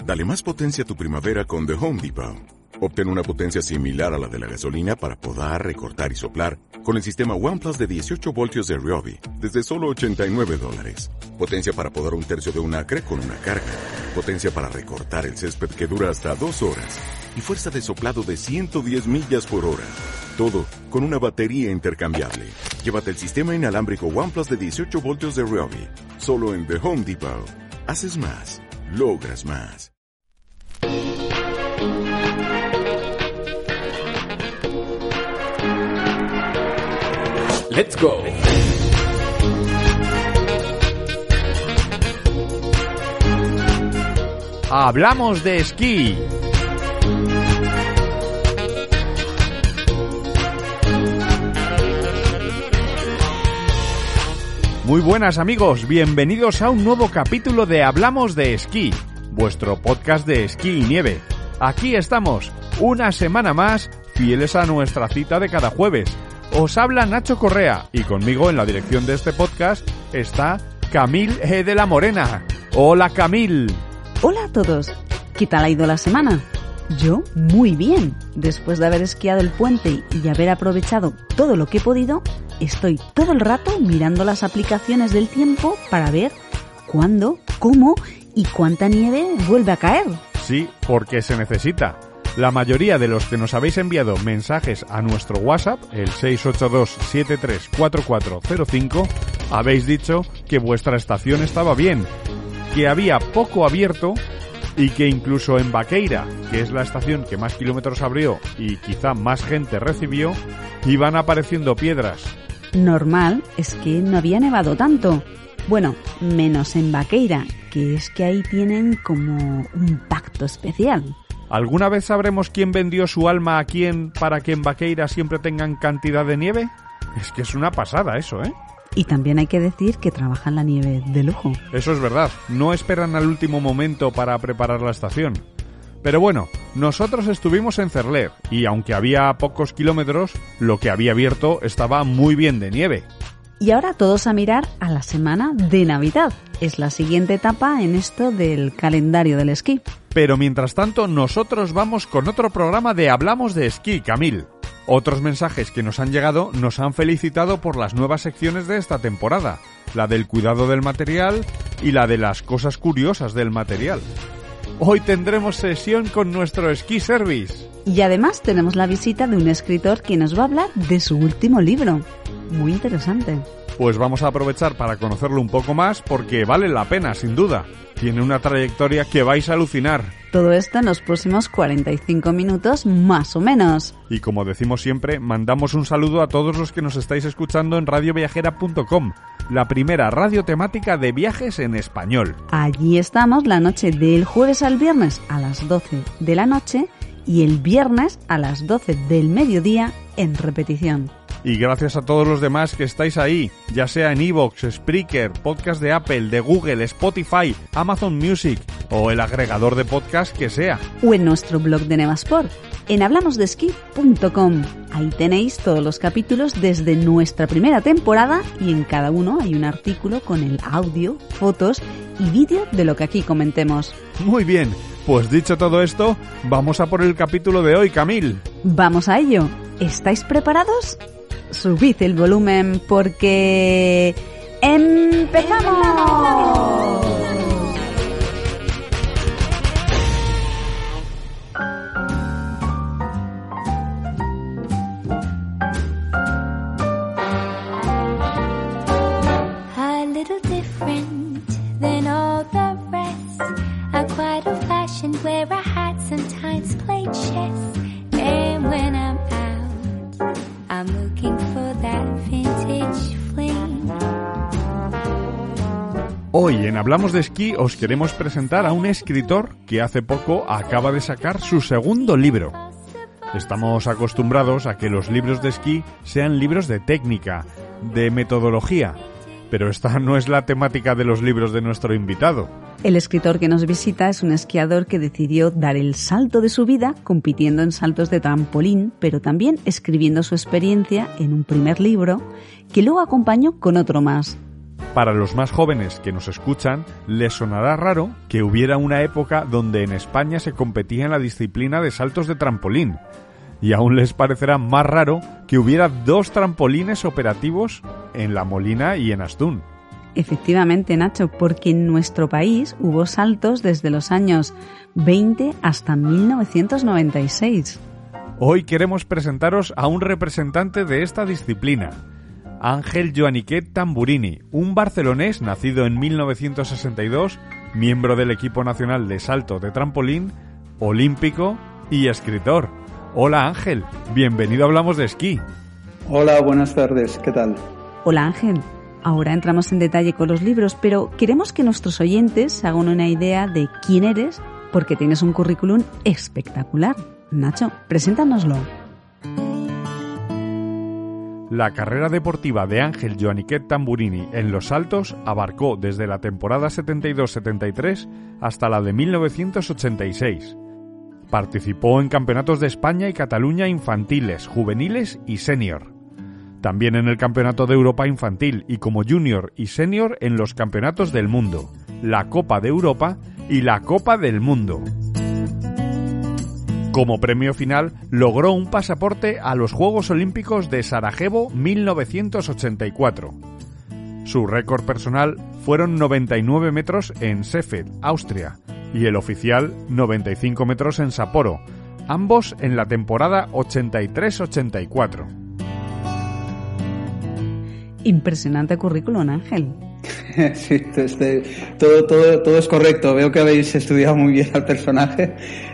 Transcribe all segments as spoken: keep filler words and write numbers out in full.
Dale más potencia a tu primavera con The Home Depot. Obtén una potencia similar a la de la gasolina para podar, recortar y soplar con el sistema OnePlus de dieciocho voltios de Ryobi desde solo ochenta y nueve dólares. Potencia para podar un tercio de un acre con una carga. Potencia para recortar el césped que dura hasta dos horas. Y fuerza de soplado de ciento diez millas por hora. Todo con una batería intercambiable. Llévate el sistema inalámbrico OnePlus de dieciocho voltios de Ryobi. Solo en The Home Depot. Haces más. Logras más. Let's go. Hablamos de esquí. Muy buenas amigos, bienvenidos a un nuevo capítulo de Hablamos de Esquí, vuestro podcast de esquí y nieve. Aquí estamos, una semana más, fieles a nuestra cita de cada jueves. Os habla Nacho Correa y conmigo en la dirección de este podcast está Camil E. de la Morena. Hola Camil. Hola a todos. ¿Qué tal ha ido la semana? Yo muy bien. Después de haber esquiado el puente y haber aprovechado todo lo que he podido, estoy todo el rato mirando las aplicaciones del tiempo para ver cuándo, cómo y cuánta nieve vuelve a caer. Sí, porque se necesita. La mayoría de los que nos habéis enviado mensajes a nuestro WhatsApp, el seis ocho dos siete tres cuatro cuatro cero cinco, habéis dicho que vuestra estación estaba bien, que había poco abierto y que incluso en Vaqueira, que es la estación que más kilómetros abrió y quizá más gente recibió, iban apareciendo piedras. Normal, es que no había nevado tanto. Bueno, menos en Vaqueira, que es que ahí tienen como un pacto especial. ¿Alguna vez sabremos quién vendió su alma a quién para que en Vaqueira siempre tengan cantidad de nieve? Es que es una pasada eso, ¿eh? Y también hay que decir que trabajan la nieve de lujo. Eso es verdad, no esperan al último momento para preparar la estación. Pero bueno, nosotros estuvimos en Cerler y aunque había pocos kilómetros, lo que había abierto estaba muy bien de nieve. Y ahora todos a mirar a la semana de Navidad. Es la siguiente etapa en esto del calendario del esquí. Pero mientras tanto, nosotros vamos con otro programa de Hablamos de Esquí, Camil. Otros mensajes que nos han llegado nos han felicitado por las nuevas secciones de esta temporada, la del cuidado del material y la de las cosas curiosas del material. Hoy tendremos sesión con nuestro Ski Service. Y además tenemos la visita de un escritor que nos va a hablar de su último libro. Muy interesante. Pues vamos a aprovechar para conocerlo un poco más porque vale la pena, sin duda. Tiene una trayectoria que vais a alucinar. Todo esto en los próximos cuarenta y cinco minutos más o menos. Y como decimos siempre, mandamos un saludo a todos los que nos estáis escuchando en radio viajera punto com, la primera radio temática de viajes en español. Allí estamos la noche del jueves al viernes a las doce de la noche y el viernes a las doce del mediodía en repetición. Y gracias a todos los demás que estáis ahí, ya sea en iVoox, Spreaker, podcast de Apple, de Google, Spotify, Amazon Music o el agregador de podcast que sea. O en nuestro blog de Nevasport, en hablamos de esquí punto com. Ahí tenéis todos los capítulos desde nuestra primera temporada y en cada uno hay un artículo con el audio, fotos y vídeo de lo que aquí comentemos. Muy bien, pues dicho todo esto, vamos a por el capítulo de hoy, Camil. Vamos a ello. ¿Estáis preparados? Subid el volumen porque ¡empezamos! A little different than all the rest. I'm quite old-fashioned, wear a hat, sometimes play chess. And when I'm out, I'm looking for that vintage fling. Hoy en Hablamos de Esquí os queremos presentar a un escritor que hace poco acaba de sacar su segundo libro. Estamos acostumbrados a que los libros de esquí sean libros de técnica, de metodología, pero esta no es la temática de los libros de nuestro invitado. El escritor que nos visita es un esquiador que decidió dar el salto de su vida compitiendo en saltos de trampolín, pero también escribiendo su experiencia en un primer libro que luego acompañó con otro más. Para los más jóvenes que nos escuchan, les sonará raro que hubiera una época donde en España se competía en la disciplina de saltos de trampolín. Y aún les parecerá más raro que hubiera dos trampolines operativos en La Molina y en Astún. Efectivamente, Nacho, porque en nuestro país hubo saltos desde los años veinte hasta mil novecientos noventa y seis. Hoy queremos presentaros a un representante de esta disciplina, Ángel Joaniquet Tamburini, un barcelonés nacido en mil novecientos sesenta y dos, miembro del equipo nacional de salto de trampolín, olímpico y escritor. Hola Ángel, bienvenido a Hablamos de Esquí. Hola, buenas tardes, ¿qué tal? Hola Ángel, ahora entramos en detalle con los libros, pero queremos que nuestros oyentes se hagan una idea de quién eres, porque tienes un currículum espectacular. Nacho, preséntanoslo. La carrera deportiva de Ángel Joaniquet Tamburini en los saltos abarcó desde la temporada setenta y dos setenta y tres hasta la de mil novecientos ochenta y seis. Participó en campeonatos de España y Cataluña infantiles, juveniles y senior. También en el Campeonato de Europa infantil y como junior y senior en los Campeonatos del Mundo, la Copa de Europa y la Copa del Mundo. Como premio final, logró un pasaporte a los Juegos Olímpicos de Sarajevo mil novecientos ochenta y cuatro. Su récord personal fueron noventa y nueve metros en Seefeld, Austria, y el oficial noventa y cinco metros en Sapporo, ambos en la temporada ochenta y tres ochenta y cuatro. Impresionante currículum, Ángel. Sí, este, todo, todo, todo es correcto. Veo que habéis estudiado muy bien al personaje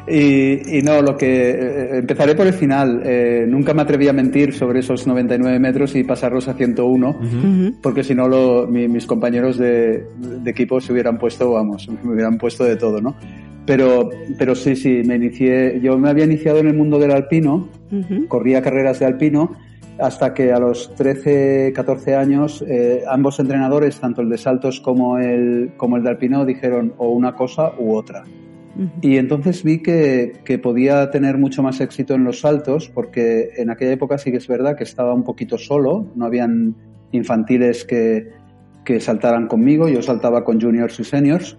y, y no, lo que eh, empezaré por el final. Eh, nunca me atreví a mentir sobre esos noventa y nueve metros y pasarlos a ciento uno, uh-huh. Porque si no lo, mi, mis compañeros de, de equipo se hubieran puesto, vamos, me hubieran puesto de todo, ¿no? Pero, pero sí, sí, me inicié. Yo me había iniciado en el mundo del alpino, uh-huh. Corría carreras de alpino. Hasta que a los trece, catorce años, eh, ambos entrenadores, tanto el de saltos como el, como el de alpino, dijeron o una cosa u otra. Uh-huh. Y entonces vi que, que podía tener mucho más éxito en los saltos, porque en aquella época sí que es verdad que estaba un poquito solo, no habían infantiles que, que saltaran conmigo, yo saltaba con juniors y seniors,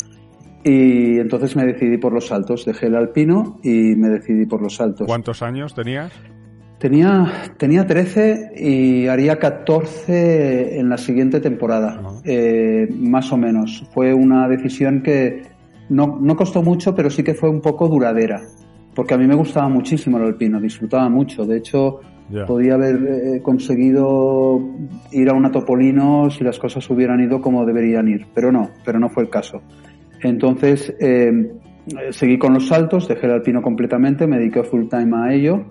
y entonces me decidí por los saltos, dejé el alpino y me decidí por los saltos. ¿Cuántos años tenías? Tenía, tenía trece y haría catorce en la siguiente temporada, uh-huh. eh, más o menos. Fue una decisión que no, no costó mucho, pero sí que fue un poco duradera, porque a mí me gustaba muchísimo el alpino, disfrutaba mucho. De hecho, yeah. podía haber eh, conseguido ir a una Topolino si las cosas hubieran ido como deberían ir, pero no, pero no fue el caso. Entonces, eh, seguí con los saltos, dejé el alpino completamente, me dediqué full time a ello.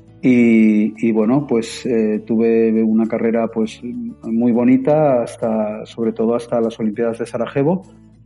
Y, y bueno, pues eh, tuve una carrera pues muy bonita, hasta sobre todo hasta las Olimpiadas de Sarajevo,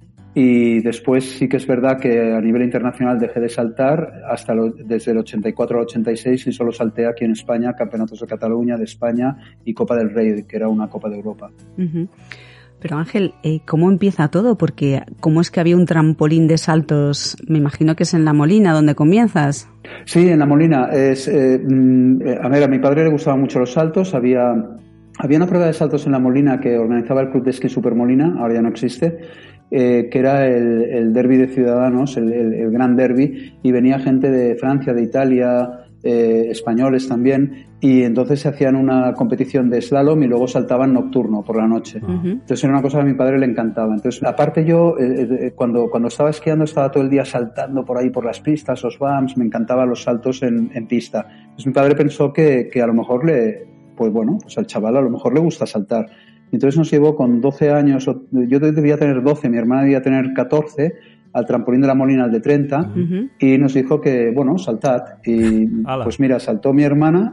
y después sí que es verdad que a nivel internacional dejé de saltar hasta lo, desde el ochenta y cuatro al ochenta y seis y solo salté aquí en España, Campeonatos de Cataluña, de España y Copa del Rey, que era una Copa de Europa. Uh-huh. Pero Ángel, eh, ¿cómo empieza todo? Porque ¿cómo es que había un trampolín de saltos? Me imagino que es en La Molina donde comienzas. Sí, en La Molina. Es, eh, a ver, a mi padre le gustaban mucho los saltos. Había, había una prueba de saltos en La Molina que organizaba el Club de Esquí Supermolina, ahora ya no existe, eh, que era el, el derbi de Ciudadanos, el, el, el gran derbi, y venía gente de Francia, de Italia, eh, españoles también, y entonces se hacían una competición de slalom y luego saltaban nocturno por la noche. Uh-huh. Entonces era una cosa que a mi padre le encantaba. Entonces, aparte yo, eh, eh, cuando, cuando estaba esquiando estaba todo el día saltando por ahí por las pistas, los bumps, me encantaban los saltos en, en pista. Entonces mi padre pensó que, que a lo mejor le, pues bueno, pues al chaval a lo mejor le gusta saltar. Entonces nos llevó con doce años, yo debía tener doce, mi hermana debía tener catorce, al trampolín de La Molina, al de treinta, uh-huh. y nos dijo que, bueno, saltad. Y Ala. Pues mira, saltó mi hermana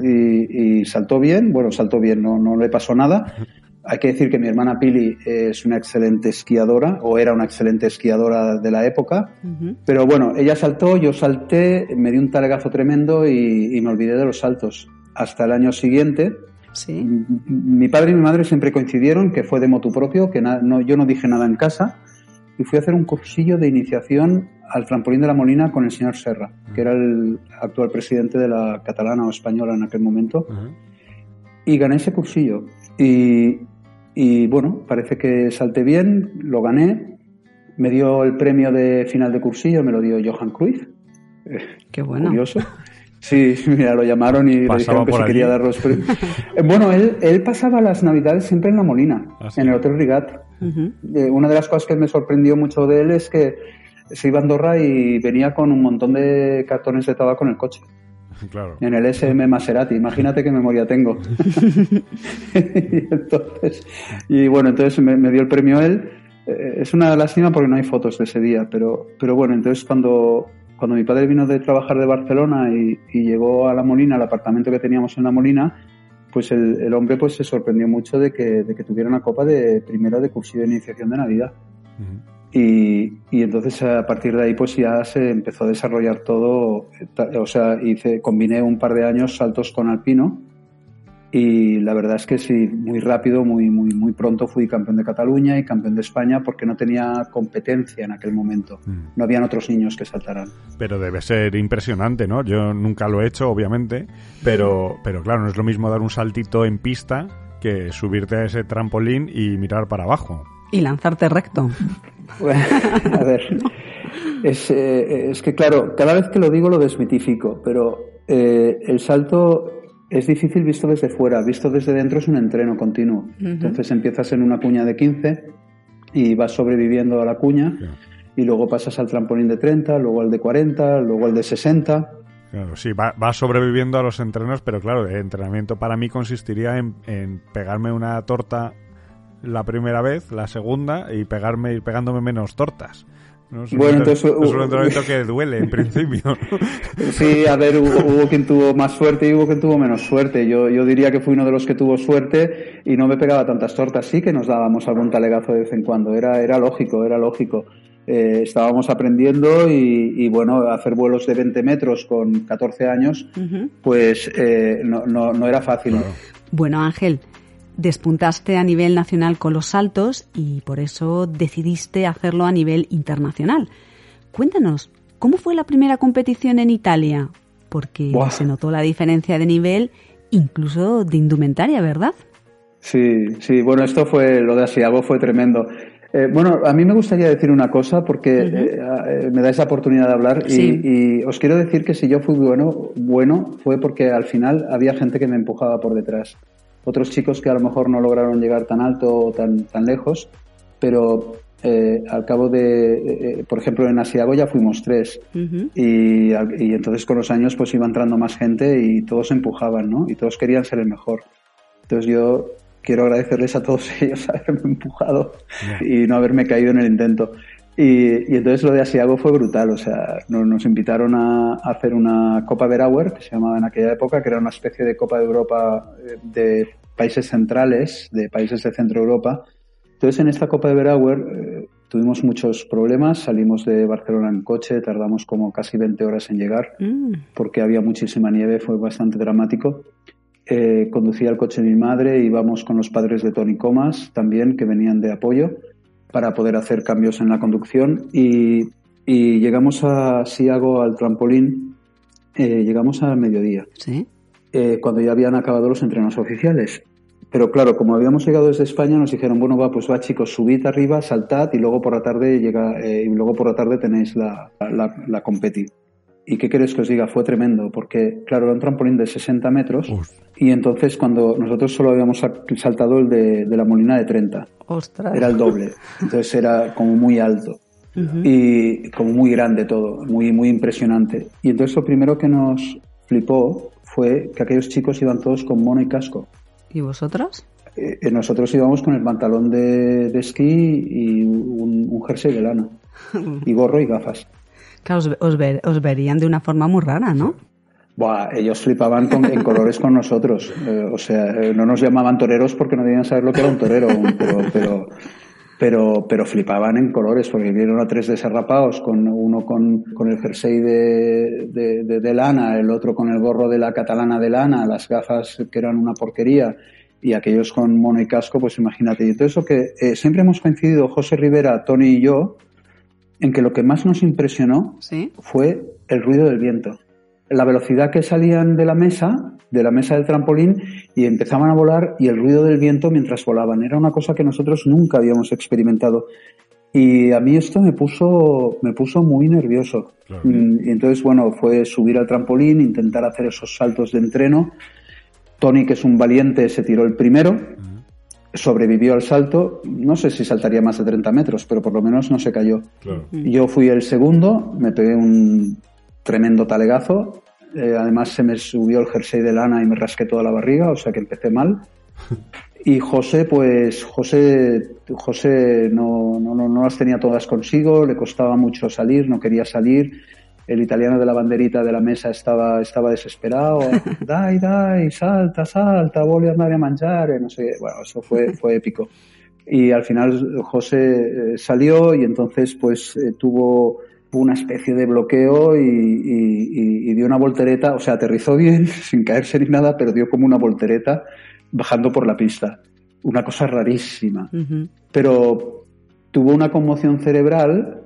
y, y saltó bien, bueno, saltó bien, no, no le pasó nada. Hay que decir que mi hermana Pili es una excelente esquiadora, o era una excelente esquiadora de la época, uh-huh. pero bueno, ella saltó, yo salté, me di un talegazo tremendo y, y me olvidé de los saltos. Hasta el año siguiente, ¿sí? Mi padre y mi madre siempre coincidieron que fue de motu propio, que na, no, yo no dije nada en casa, y fui a hacer un cursillo de iniciación al trampolín de La Molina con el señor Serra, que era el actual presidente de la catalana o española en aquel momento, uh-huh. y gané ese cursillo. Y, y bueno, parece que salté bien, lo gané. Me dio el premio de final de cursillo, me lo dio Johan Cruyff. Qué bueno. Curioso. Sí, mira, lo llamaron y pasaba le dijeron que si allí. quería dar los premios. Bueno, él, él pasaba las Navidades siempre en La Molina, ¿Ah, sí? en el Hotel Rigat. Ujú. Eh, una de las cosas que me sorprendió mucho de él es que se iba a Andorra y venía con un montón de cartones de tabaco en el coche. Claro. En el S M Maserati, imagínate qué memoria tengo. y, entonces, y bueno, entonces me, me dio el premio él. Eh, es una lástima porque no hay fotos de ese día, pero, pero bueno, entonces cuando, cuando mi padre vino de trabajar de Barcelona y, y llegó a La Molina, al apartamento que teníamos en La Molina, pues el, el hombre pues se sorprendió mucho de que, de que tuviera una copa de primera de cursillo de iniciación de Navidad. Uh-huh. Y, y entonces a partir de ahí pues ya se empezó a desarrollar todo, o sea, hice, combiné un par de años saltos con alpino y la verdad es que sí, muy rápido, muy, muy, muy pronto fui campeón de Cataluña y campeón de España porque no tenía competencia en aquel momento, Mm. no habían otros niños que saltaran. Pero debe ser impresionante, ¿no? Yo nunca lo he hecho, obviamente, pero, pero claro, no es lo mismo dar un saltito en pista que subirte a ese trampolín y mirar para abajo. Y lanzarte recto. A ver, es, eh, es que claro, cada vez que lo digo lo desmitifico, pero eh, el salto es difícil visto desde fuera, visto desde dentro es un entreno continuo. Uh-huh. Entonces empiezas en una cuña de quince y vas sobreviviendo a la cuña Sí. y luego pasas al trampolín de treinta, luego al de cuarenta, luego al de sesenta. Claro, sí, va, va sobreviviendo a los entrenos, pero claro, el entrenamiento para mí consistiría en, en pegarme una torta la primera vez, la segunda, y pegarme ir pegándome menos tortas. ¿No? Es, Bueno, un, entonces, es un uh, entrenamiento que duele en principio. Sí, a ver, hubo, hubo quien tuvo más suerte y hubo quien tuvo menos suerte. Yo, yo diría que fui uno de los que tuvo suerte y no me pegaba tantas tortas. Sí que nos dábamos algún talegazo de vez en cuando. Era, era lógico, era lógico. Eh, estábamos aprendiendo y, y bueno, hacer vuelos de veinte metros con catorce años, Uh-huh. pues eh, no, no, no era fácil. Claro. Bueno, Ángel, despuntaste a nivel nacional con los saltos y por eso decidiste hacerlo a nivel internacional. Cuéntanos, ¿cómo fue la primera competición en Italia? Porque Buah. se notó la diferencia de nivel, incluso de indumentaria, ¿verdad? Sí, sí, bueno, esto fue, lo de Asiago fue tremendo. Eh, bueno, a mí me gustaría decir una cosa porque Uh-huh. eh, eh, me da esa oportunidad de hablar y, Sí. y os quiero decir que si yo fui bueno, bueno fue porque al final había gente que me empujaba por detrás. Otros chicos que a lo mejor no lograron llegar tan alto o tan, tan lejos, pero eh, al cabo de, eh, por ejemplo, en Asiago ya fuimos tres Uh-huh. y, y entonces con los años pues iba entrando más gente y todos empujaban, ¿no? Y todos querían ser el mejor. Entonces yo quiero agradecerles a todos ellos haberme empujado y no haberme caído en el intento. Y, y entonces lo de Asiago fue brutal, o sea, nos, nos invitaron a, a hacer una Copa Verauer, que se llamaba en aquella época, que era una especie de Copa de Europa eh, de países centrales, de países de Centro Europa. Entonces en esta Copa de Verauer eh, tuvimos muchos problemas, salimos de Barcelona en coche, tardamos como casi veinte horas en llegar, Mm. porque había muchísima nieve, fue bastante dramático. Eh, conducía el coche de mi madre, íbamos con los padres de Tony Comas también, que venían de apoyo, para poder hacer cambios en la conducción y, y llegamos a Asiago, al trampolín, eh, llegamos al mediodía, Sí. eh, cuando ya habían acabado los entrenos oficiales. Pero claro, como habíamos llegado desde España, nos dijeron, bueno, va, pues va chicos, subid arriba, saltad y luego por la tarde llega, eh, y luego por la tarde tenéis la, la, la competi. ¿Y qué queréis que os diga? Fue tremendo, porque claro, era un trampolín de sesenta metros. Uf. Y entonces cuando nosotros solo habíamos saltado el de, de la Molina de treinta, Ostras. era el doble, entonces era como muy alto Uh-huh. y como muy grande todo, muy, muy impresionante. Y entonces lo primero que nos flipó fue que aquellos chicos iban todos con mono y casco. ¿Y vosotros? Eh, nosotros íbamos con el pantalón de, de esquí y un, un jersey de lana, y gorro y gafas. Claro, os, os, ver, os verían de una forma muy rara, ¿no? Buah, ellos flipaban con, en colores con nosotros. Eh, o sea, eh, no nos llamaban toreros porque no debían saber lo que era un torero, pero, pero, pero, pero flipaban en colores, porque vieron a tres desarrapados, con uno con, con el jersey de, de, de, de lana, el otro con el gorro de la catalana de lana, las gafas que eran una porquería, y aquellos con mono y casco, pues imagínate. Y entonces lo que eh, siempre hemos coincidido, José Rivera, Tony y yo, en que lo que más nos impresionó Sí. fue el ruido del viento. la velocidad que salían de la mesa, de la mesa del trampolín, y empezaban a volar, y el ruido del viento mientras volaban. Era una cosa que nosotros nunca habíamos experimentado. Y a mí esto me puso, me puso muy nervioso. Claro. Y entonces, bueno, fue subir al trampolín, intentar hacer esos saltos de entreno. Tony, que es un valiente, se tiró el primero, uh-huh. sobrevivió al salto. No sé si saltaría más de treinta metros, pero por lo menos no se cayó. Claro. Yo fui el segundo, me pegué un tremendo talegazo. Eh, además se me subió el jersey de lana y me rasqué toda la barriga, o sea que empecé mal. Y José, pues José, José no, no, no, no las tenía todas consigo, le costaba mucho salir, no quería salir. El italiano de la banderita de la mesa estaba, estaba desesperado. Dai, dai, salta, salta, voglio andare a mangiare, no sé, bueno, eso fue, fue épico. Y al final José eh, salió y entonces pues eh, tuvo una especie de bloqueo y, y, y dio una voltereta, o sea, aterrizó bien, sin caerse ni nada, pero dio como una voltereta bajando por la pista. Una cosa rarísima. Uh-huh. Pero tuvo una conmoción cerebral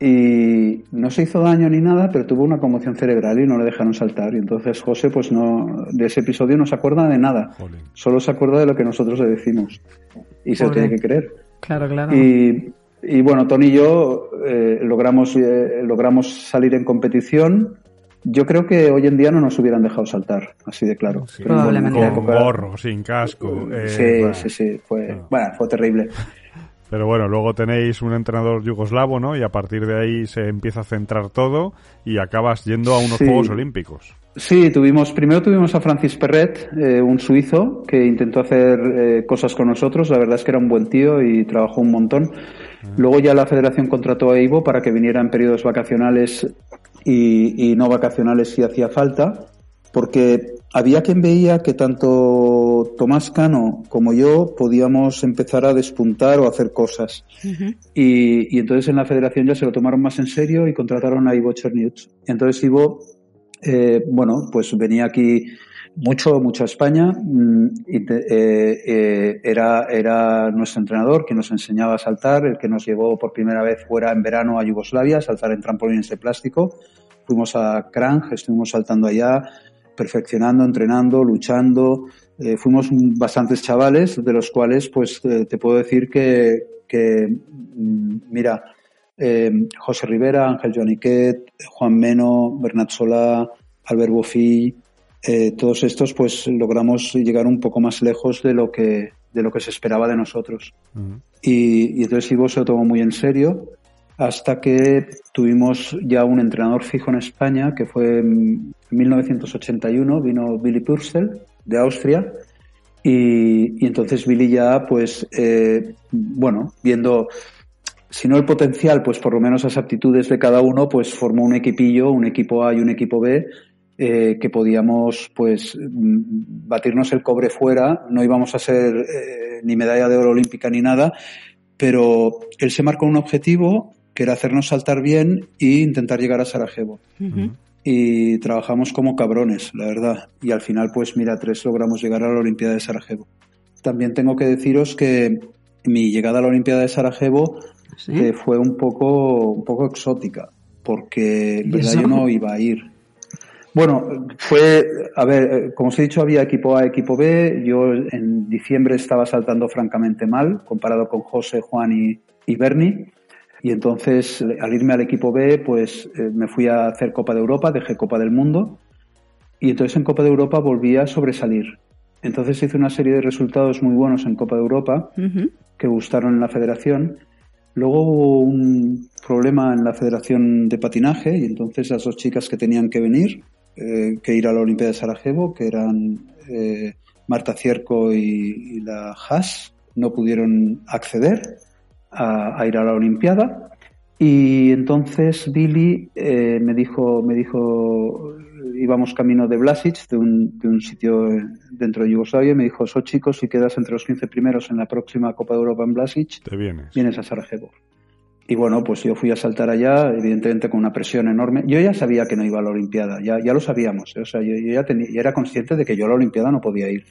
y no se hizo daño ni nada, pero tuvo una conmoción cerebral y no le dejaron saltar. Y entonces José, pues no, de ese episodio no se acuerda de nada. Jolín. Solo se acuerda de lo que nosotros le decimos. Y se lo tiene que creer. Claro, claro. Y, y bueno, Tony y yo eh, logramos, eh, logramos salir en competición. Yo creo que hoy en día no nos hubieran dejado saltar, así de claro. Sí, probablemente. Con época, gorro, sin casco. Eh, sí, bueno. sí, sí, fue, no. bueno, fue terrible. Pero bueno, luego tenéis un entrenador yugoslavo, ¿no? Y a partir de ahí se empieza a centrar todo y acabas yendo a unos sí. Juegos Olímpicos. Sí, tuvimos, primero tuvimos a Francis Perret, eh, un suizo que intentó hacer eh, cosas con nosotros. La verdad es que era un buen tío y trabajó un montón. Uh-huh. Luego ya la federación contrató a Ivo para que viniera en periodos vacacionales y, y no vacacionales si hacía falta, porque había quien veía que tanto Tomás Cano como yo podíamos empezar a despuntar o hacer cosas. Uh-huh. Y, y entonces en la federación ya se lo tomaron más en serio y contrataron a Ivo Cherniuts. Entonces Ivo, eh, bueno, pues venía aquí mucho, mucho a España, y te, eh, eh, era, era nuestro entrenador que nos enseñaba a saltar, el que nos llevó por primera vez fuera en verano a Yugoslavia a saltar en trampolines de plástico. Fuimos a Kranj, estuvimos saltando allá, perfeccionando, entrenando, luchando. Eh, fuimos bastantes chavales, de los cuales pues eh, te puedo decir que, que mira, eh, José Rivera, Ángel Joaniquet, Juan Meno, Bernat Solà, Albert Bofill, eh, todos estos pues logramos llegar un poco más lejos de lo que de lo que se esperaba de nosotros. Uh-huh. y, y entonces Ivo se lo tomó muy en serio, hasta que tuvimos ya un entrenador fijo en España, que fue en mil novecientos ochenta y uno, vino Billy Purcell, de Austria, y, y entonces Billy ya, pues, eh, bueno, viendo, si no el potencial, pues por lo menos las aptitudes de cada uno, pues formó un equipillo, un equipo A y un equipo B, eh, que podíamos, pues, batirnos el cobre fuera. No íbamos a ser eh, ni medalla de oro olímpica ni nada, pero él se marcó un objetivo que era hacernos saltar bien e intentar llegar a Sarajevo. Uh-huh. Y trabajamos como cabrones, la verdad. Y al final, pues mira, tres logramos llegar a la Olimpiada de Sarajevo. También tengo que deciros que mi llegada a la Olimpiada de Sarajevo ¿sí? eh, fue un poco, un poco exótica, porque en verdad yo no iba a ir. Bueno, fue, a ver, como os he dicho, había equipo A, equipo B. Yo en diciembre estaba saltando francamente mal, comparado con José, Juan y, y Bernie. Y entonces, al irme al equipo B, pues eh, me fui a hacer Copa de Europa, dejé Copa del Mundo. Y entonces en Copa de Europa volví a sobresalir. Entonces hice una serie de resultados muy buenos en Copa de Europa, uh-huh. que gustaron en la federación. Luego hubo un problema en la federación de patinaje, y entonces las dos chicas que tenían que venir, eh, que ir a la Olimpiada de Sarajevo, que eran eh, Marta Cierco y, y la Haas, no pudieron acceder a, a ir a la Olimpiada. Y entonces Billy eh, me dijo, me dijo, íbamos camino de Vlasic, de un, de un sitio dentro de Yugoslavia, y me dijo, so chicos, si quedas entre los quince primeros en la próxima Copa de Europa en Vlasic, te vienes. vienes a Sarajevo. Y bueno, pues yo fui a saltar allá, evidentemente con una presión enorme. Yo ya sabía que no iba a la Olimpiada, ya, ya lo sabíamos, ¿eh? O sea, yo, yo ya, tenía, ya era consciente de que yo a la Olimpiada no podía ir.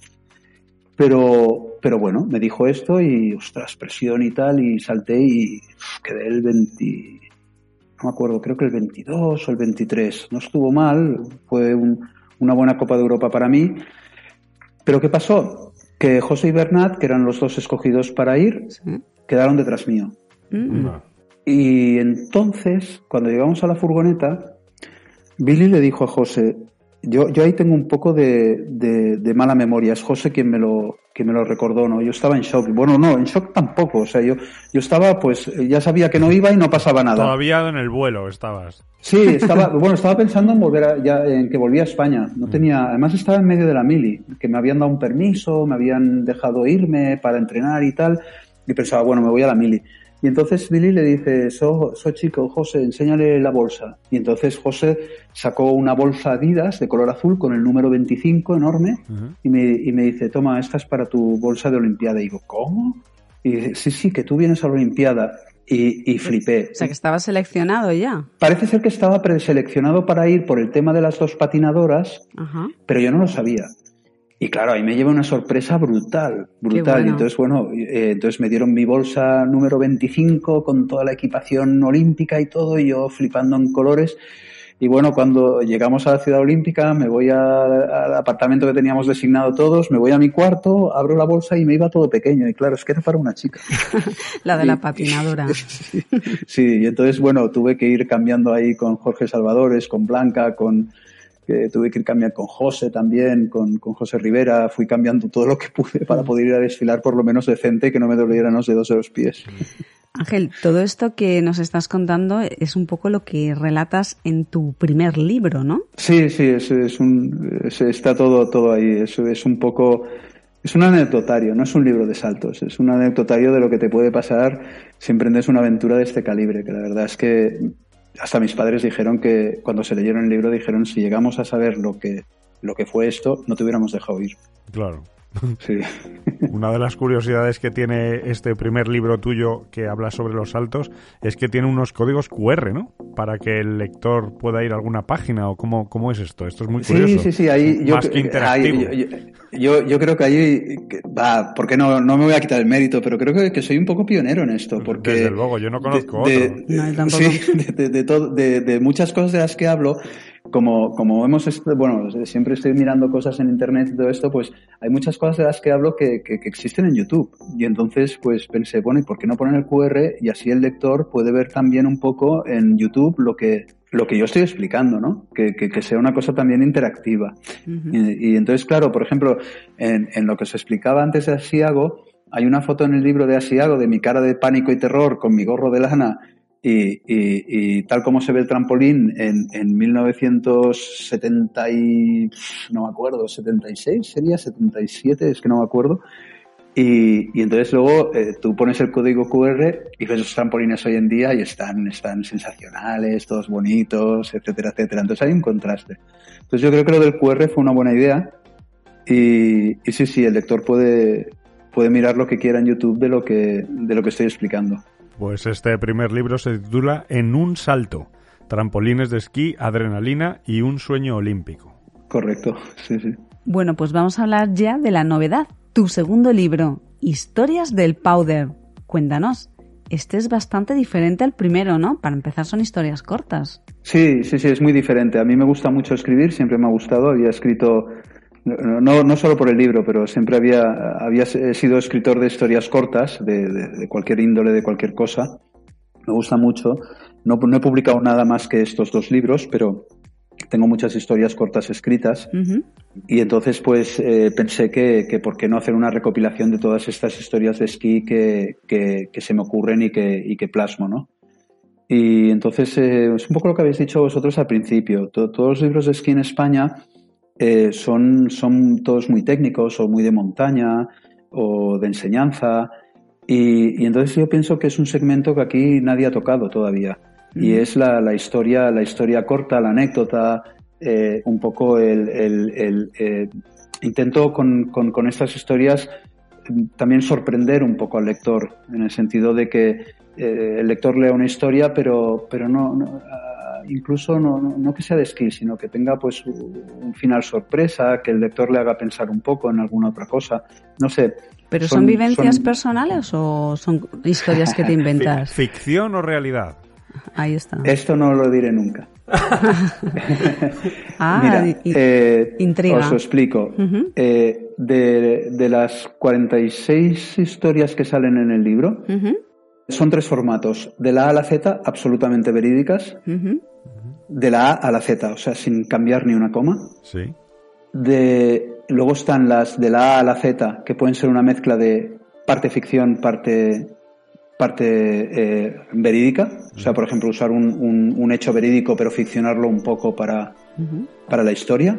Pero, pero bueno, me dijo esto y, ostras, presión y tal, y salté y uf, quedé el veinte, no me acuerdo, creo que el veintidós o el veintitrés. No estuvo mal, fue un, una buena Copa de Europa para mí. Pero ¿qué pasó? Que José y Bernat, que eran los dos escogidos para ir, ¿sí? quedaron detrás mío. Mm. Y entonces, cuando llegamos a la furgoneta, Billy le dijo a José, yo, yo ahí tengo un poco de, de, de mala memoria, es José quien me lo quien me lo recordó, ¿no? Yo estaba en shock. Bueno, no, en shock tampoco, o sea, yo yo estaba, pues, ya sabía que no iba y no pasaba nada. Todavía en el vuelo estabas. Sí, estaba, bueno, estaba pensando en volver a, ya, en que volvía a España. No tenía, además estaba en medio de la mili, que me habían dado un permiso, me habían dejado irme para entrenar y tal, y pensaba, bueno, me voy a la mili. Y entonces Billy le dice, so, so chico, José, enséñale la bolsa. Y entonces José sacó una bolsa Adidas de color azul con el número veinticinco enorme, uh-huh. y, me, y me dice, toma, esta es para tu bolsa de Olimpiada. Y digo, ¿cómo? Y dice, sí, sí, que tú vienes a la Olimpiada. Y, y flipé. O sea, que estaba seleccionado ya. Parece ser que estaba preseleccionado para ir por el tema de las dos patinadoras, uh-huh. pero yo no lo sabía. Y claro, ahí me lleva una sorpresa brutal, brutal. Bueno. Y entonces, bueno, eh, entonces me dieron mi bolsa número veinticinco con toda la equipación olímpica y todo, y yo flipando en colores. Y bueno, cuando llegamos a la Ciudad Olímpica, me voy a, al apartamento que teníamos designado todos, me voy a mi cuarto, abro la bolsa y me iba todo pequeño. Y claro, es que era para una chica. La de y, la patinadora. Sí, sí, y entonces, bueno, tuve que ir cambiando ahí con Jorge Salvadores, con Blanca, con... que tuve que ir cambiando con José también, con, con José Rivera, fui cambiando todo lo que pude para poder ir a desfilar por lo menos decente y que no me dolieran los dedos de los pies. Ángel, todo esto que nos estás contando es un poco lo que relatas en tu primer libro, ¿no? Sí, sí, es, es un, es, está todo, todo ahí, es, es un poco... Es un anecdotario, no es un libro de saltos, es un anecdotario de lo que te puede pasar si emprendes una aventura de este calibre, que la verdad es que hasta mis padres dijeron que cuando se leyeron el libro dijeron si llegamos a saber lo que lo que fue esto, no te hubiéramos dejado ir. Claro. Sí. Una de las curiosidades que tiene este primer libro tuyo que habla sobre los saltos es que tiene unos códigos cu erre, ¿no? Para que el lector pueda ir a alguna página o cómo, cómo es esto. Esto es muy curioso. Sí, sí, sí. Ahí yo, Más que interactivo. Ahí, yo, yo, yo creo que ahí, va, porque no, no me voy a quitar el mérito, pero creo que, que soy un poco pionero en esto. Porque desde luego, yo no conozco de, otro. De, no, tampoco. Sí, de, de, de, todo, de, de muchas cosas de las que hablo, como, como hemos, bueno, siempre estoy mirando cosas en internet y todo esto, pues hay muchas cosas de las que hablo que, que, que existen en YouTube. Y entonces, pues pensé, bueno, ¿y por qué no poner el cu erre? Y así el lector puede ver también un poco en YouTube lo que, lo que yo estoy explicando, ¿no? Que, que, que sea una cosa también interactiva. Uh-huh. Y, y entonces, claro, por ejemplo, en, en lo que os explicaba antes de Asiago, hay una foto en el libro de Asiago de mi cara de pánico y terror con mi gorro de lana. Y, y, y tal como se ve el trampolín en, en mil novecientos setenta y, no me acuerdo, setenta y seis sería, setenta y siete, es que no me acuerdo. Y, y entonces luego eh, tú pones el código cu erre y ves los trampolines hoy en día y están, están sensacionales, todos bonitos, etcétera, etcétera. Entonces hay un contraste. Entonces yo creo que lo del cu erre fue una buena idea y, y sí, sí, el lector puede, puede mirar lo que quiera en YouTube de lo que, de lo que estoy explicando. Pues este primer libro se titula En un salto, trampolines de esquí, adrenalina y un sueño olímpico. Correcto, sí, sí. Bueno, pues vamos a hablar ya de la novedad. Tu segundo libro, Historias del Powder. Cuéntanos, este es bastante diferente al primero, ¿no? Para empezar son historias cortas. Sí, sí, sí, es muy diferente. A mí me gusta mucho escribir, siempre me ha gustado. Había escrito... No, no solo por el libro, pero siempre había, había sido escritor de historias cortas, de, de, de cualquier índole, de cualquier cosa. Me gusta mucho. No, no he publicado nada más que estos dos libros, pero tengo muchas historias cortas escritas. Uh-huh. Y entonces, pues, eh, pensé que, que por qué no hacer una recopilación de todas estas historias de esquí que, que, que se me ocurren y que, y que plasmo, ¿no? Y entonces, eh, es un poco lo que habéis dicho vosotros al principio. Todo, todos los libros de esquí en España Eh, son, son todos muy técnicos o muy de montaña o de enseñanza y, y entonces yo pienso que es un segmento que aquí nadie ha tocado todavía mm. y es la, la historia la historia corta, la anécdota, eh, un poco el, el, el eh, intento con, con, con estas historias también sorprender un poco al lector en el sentido de que eh, el lector lea una historia pero, pero no, no incluso no, no, no que sea de esquí, sino que tenga pues un final sorpresa, que el lector le haga pensar un poco en alguna otra cosa, no sé. ¿Pero son, son vivencias son... personales o son historias que te inventas? ¿Ficción o realidad? Ahí está. Esto no lo diré nunca. ah, Mira, y, eh, intriga. Os lo explico. Uh-huh. Eh, de, de las cuarenta y seis historias que salen en el libro, uh-huh. son tres formatos. De la A a la Z, absolutamente verídicas. Uh-huh. De la A a la Z, o sea, sin cambiar ni una coma. Sí. De, luego están las de la A a la Z, que pueden ser una mezcla de parte ficción, parte, parte eh, verídica. O sea, por ejemplo, usar un, un, un hecho verídico, pero ficcionarlo un poco para, uh-huh. para la historia.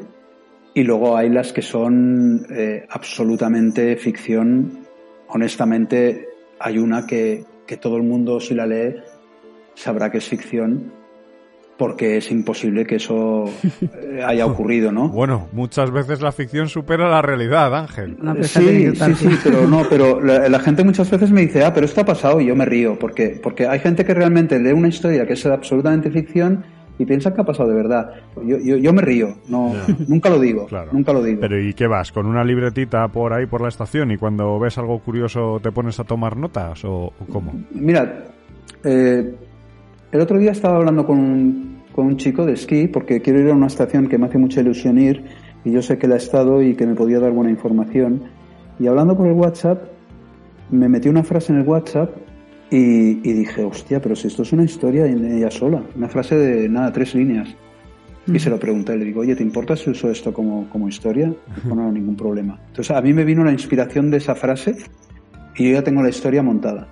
Y luego hay las que son eh, absolutamente ficción. Honestamente, hay una que, que todo el mundo, si la lee, sabrá que es ficción, porque es imposible que eso haya ocurrido, ¿no? Bueno, muchas veces la ficción supera la realidad, Ángel. No, pues sí, sí, sí, pero no, pero la, la gente muchas veces me dice, ah, pero esto ha pasado, y yo me río, porque porque hay gente que realmente lee una historia que es absolutamente ficción y piensa que ha pasado de verdad. Yo yo, yo me río, no, yeah. nunca lo digo, claro. nunca lo digo. Pero ¿y qué vas? ¿Con una libretita por ahí, por la estación, y cuando ves algo curioso te pones a tomar notas, o, o cómo? Mira, eh... el otro día estaba hablando con un, con un chico de esquí, porque quiero ir a una estación que me hace mucha ilusión ir, y yo sé que él ha estado y que me podía dar buena información. Y hablando por el WhatsApp, me metí una frase en el WhatsApp y, y dije, hostia, pero si esto es una historia en ella sola, una frase de, nada, tres líneas. Mm. Y se lo pregunté, le digo, oye, ¿te importa si uso esto como, como historia? Dijo, no, ningún problema. Entonces a mí me vino la inspiración de esa frase y yo ya tengo la historia montada.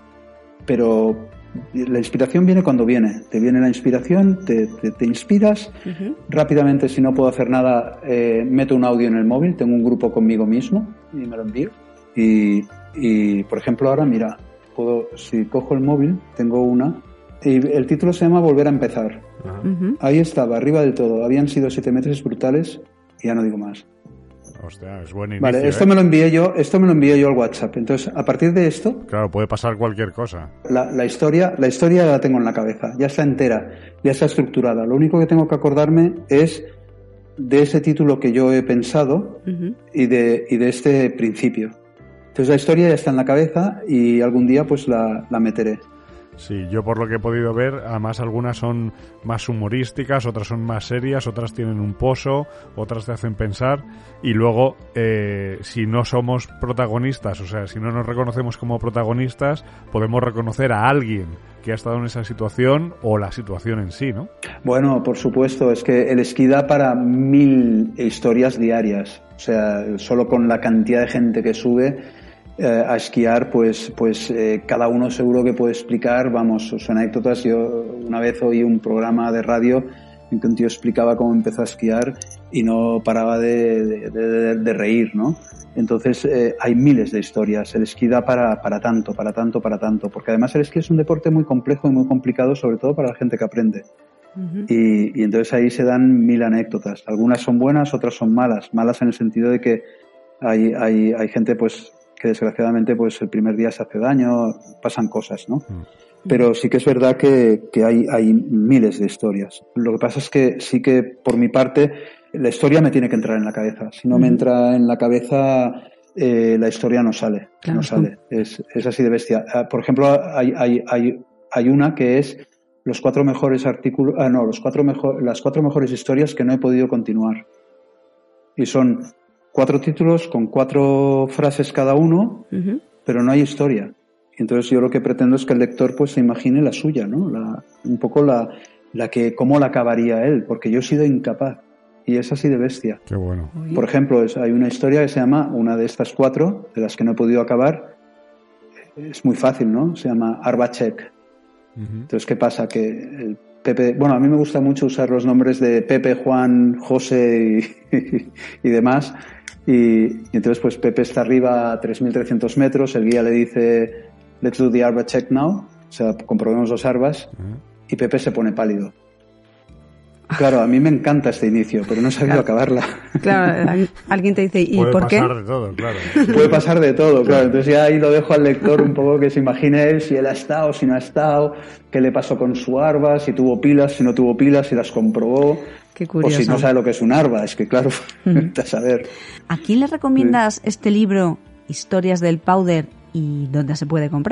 Pero la inspiración viene cuando viene. Te viene la inspiración, te, te, te inspiras. Uh-huh. Rápidamente, si no puedo hacer nada, eh, meto un audio en el móvil. Tengo un grupo conmigo mismo y me lo envío. Y, y por ejemplo, ahora, mira, puedo, si cojo el móvil, tengo una. Y el título se llama Volver a empezar. Uh-huh. Ahí estaba, arriba del todo. Habían sido siete meses brutales y ya no digo más. Hostia, es buen inicio, vale, esto ¿eh? me lo envié yo, esto me lo envié yo al WhatsApp. Entonces, a partir de esto, claro, puede pasar cualquier cosa. La, la historia, la historia la tengo en la cabeza, ya está entera, ya está estructurada. Lo único que tengo que acordarme es de ese título que yo he pensado uh-huh. y de y de este principio. Entonces, la historia ya está en la cabeza y algún día pues la, la meteré. Sí, yo por lo que he podido ver, además algunas son más humorísticas, otras son más serias, otras tienen un pozo, otras te hacen pensar, y luego eh, si no somos protagonistas, o sea, si no nos reconocemos como protagonistas, podemos reconocer a alguien que ha estado en esa situación o la situación en sí, ¿no? Bueno, por supuesto, es que el esquí da para mil historias diarias, o sea, solo con la cantidad de gente que sube Eh, a esquiar, pues pues eh, cada uno seguro que puede explicar, vamos, sus anécdotas. Yo una vez oí un programa de radio en que un tío explicaba cómo empezó a esquiar y no paraba de, de, de, de reír, ¿no? Entonces eh, hay miles de historias. El esquí da para, para tanto, para tanto, para tanto, porque además el esquí es un deporte muy complejo y muy complicado, sobre todo para la gente que aprende. Uh-huh. Y, y entonces ahí se dan mil anécdotas. Algunas son buenas, otras son malas. Malas en el sentido de que hay, hay, hay gente, pues, que desgraciadamente pues el primer día se hace daño, pasan cosas, ¿no? Mm. Pero sí que es verdad que, que hay, hay miles de historias. Lo que pasa es que sí que, por mi parte, la historia me tiene que entrar en la cabeza. Si no mm. me entra en la cabeza, eh, la historia no sale. Claro. No sale. Es, es así de bestia. Por ejemplo, hay, hay, hay, hay una que es los cuatro mejores artículos, ah, no, los cuatro mejor, las cuatro mejores historias que no he podido continuar. Y son cuatro títulos con cuatro frases cada uno, uh-huh. pero no hay historia. Entonces yo lo que pretendo es que el lector pues se imagine la suya, ¿no? La, un poco la, la que, cómo la acabaría él, porque yo he sido incapaz. Y es así de bestia. Qué bueno. Por ejemplo, es, hay una historia que se llama, una de estas cuatro, de las que no he podido acabar, es muy fácil, ¿no? Se llama Arbacek. Uh-huh. Entonces, ¿qué pasa? Que el Pepe, bueno, a mí me gusta mucho usar los nombres de Pepe, Juan, José y, y, y demás. Y, y entonces pues Pepe está arriba a tres mil trescientos metros, el guía le dice let's do the Arba check now, o sea, comprobemos los Arbas, uh-huh. y Pepe se pone pálido. Claro, a mí me encanta este inicio, pero no he sabido claro. acabarla. Claro, alguien te dice, ¿y Puede por qué? Puede pasar de todo, claro. Puede pasar de todo, claro. Entonces ya ahí lo dejo al lector un poco que se imagine él si él ha estado, si no ha estado, qué le pasó con su Arba, si tuvo pilas, si no tuvo pilas, si las comprobó. Qué curioso. O si no sabe lo que es un Arba, es que claro, mm. a saber. ¿A quién le recomiendas sí. este libro, Historias del Powder, y dónde se puede comprar?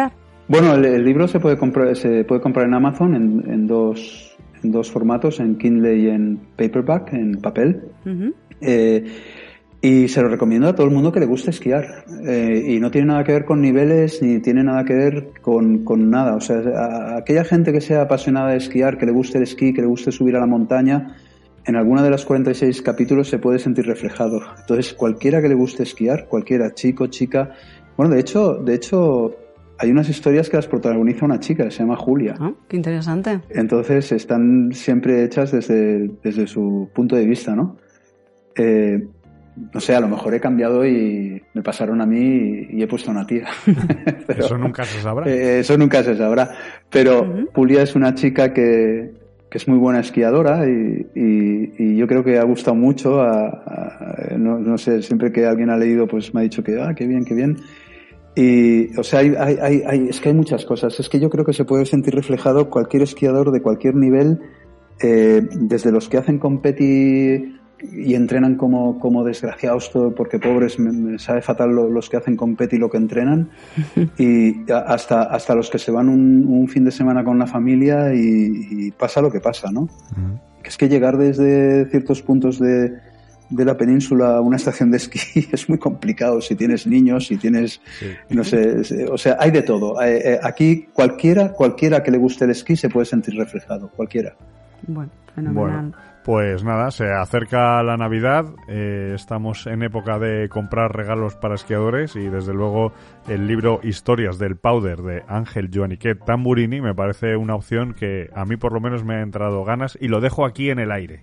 Bueno, el, el libro se puede comprar, se puede comprar en Amazon en, en dos en dos formatos, en Kindle y en paperback, en papel. Uh-huh. Eh, y se lo recomiendo a todo el mundo que le guste esquiar. Eh, y no tiene nada que ver con niveles, ni tiene nada que ver con, con nada. O sea, a, a aquella gente que sea apasionada de esquiar, que le guste el esquí, que le guste subir a la montaña, en alguna de las cuarenta y seis capítulos se puede sentir reflejado. Entonces, cualquiera que le guste esquiar, cualquiera, chico, chica... Bueno, de hecho, de hecho, hay unas historias que las protagoniza una chica, que se llama Julia. Ah, qué interesante. Entonces, están siempre hechas desde, desde su punto de vista, ¿no? Eh, no sé, a lo mejor he cambiado y me pasaron a mí y, y he puesto a una tía. Pero, eso nunca se sabrá. Eh, eso nunca se sabrá. Pero uh-huh. Julia es una chica que, que es muy buena esquiadora y, y, y yo creo que ha gustado mucho. A, a, no, no sé, siempre que alguien ha leído, pues me ha dicho que, ah, qué bien, qué bien. Y, o sea, hay, hay, hay, es que hay muchas cosas. Es que yo creo que se puede sentir reflejado cualquier esquiador de cualquier nivel, eh, desde los que hacen competi y entrenan como, como desgraciados, todo, porque pobres, me, me sabe fatal lo, los que hacen competi y lo que entrenan, y hasta, hasta los que se van un, un fin de semana con la familia y, y pasa lo que pasa, ¿no? Uh-huh. Que es que llegar desde ciertos puntos de, de la península a una estación de esquí es muy complicado si tienes niños, si tienes, sí. no sé, o sea, hay de todo. Aquí cualquiera, cualquiera que le guste el esquí se puede sentir reflejado, cualquiera. Bueno, fenomenal. Bueno. Pues nada, se acerca la Navidad, eh, estamos en época de comprar regalos para esquiadores y desde luego el libro Historias del Powder de Ángel Joaniquet Tamburini me parece una opción que a mí por lo menos me ha entrado ganas y lo dejo aquí en el aire.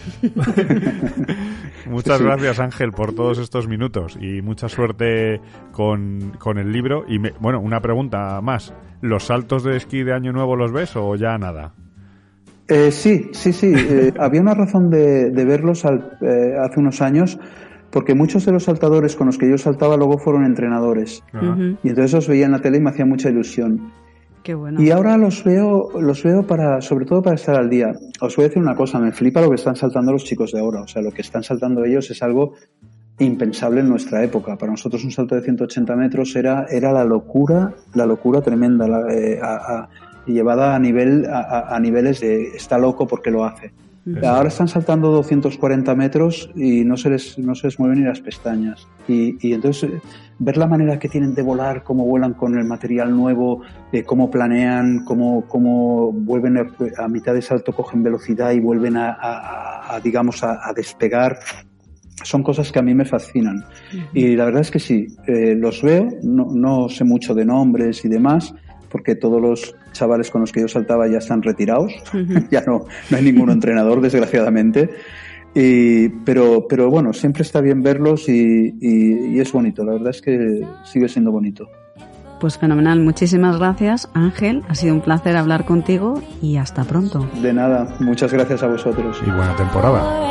Muchas sí. gracias Ángel por todos estos minutos y mucha suerte con, con el libro. Y me, bueno, una pregunta más, ¿los saltos de esquí de Año Nuevo los ves o ya nada? Eh, sí, sí, sí. Eh, había una razón de, de verlos al, eh, hace unos años, porque muchos de los saltadores con los que yo saltaba luego fueron entrenadores. Uh-huh. Y entonces los veía en la tele y me hacía mucha ilusión. Qué bueno. Y ahora los veo, los veo para, sobre todo para estar al día. Os voy a decir una cosa, me flipa lo que están saltando los chicos de ahora. O sea, lo que están saltando ellos es algo impensable en nuestra época. Para nosotros un salto de ciento ochenta metros era, era la locura, la locura tremenda. La, eh, a, a, y llevada a nivel a, a niveles de está loco porque lo hace. Eso. Ahora están saltando doscientos cuarenta metros y no se les no se les mueven ni las pestañas. Y, y entonces ver la manera que tienen de volar, cómo vuelan con el material nuevo, eh, cómo planean, cómo cómo vuelven a, a mitad de salto cogen velocidad y vuelven a, a, a digamos a, a despegar. Son cosas que a mí me fascinan. Uh-huh. Y la verdad es que sí, eh, los veo, no, no sé mucho de nombres y demás, porque todos los chavales con los que yo saltaba ya están retirados, uh-huh. ya no, no hay ningún entrenador, desgraciadamente, y, pero, pero bueno, siempre está bien verlos y, y, y es bonito, la verdad es que sigue siendo bonito. Pues fenomenal, muchísimas gracias Ángel, ha sido un placer hablar contigo y hasta pronto. De nada, muchas gracias a vosotros. Y buena temporada.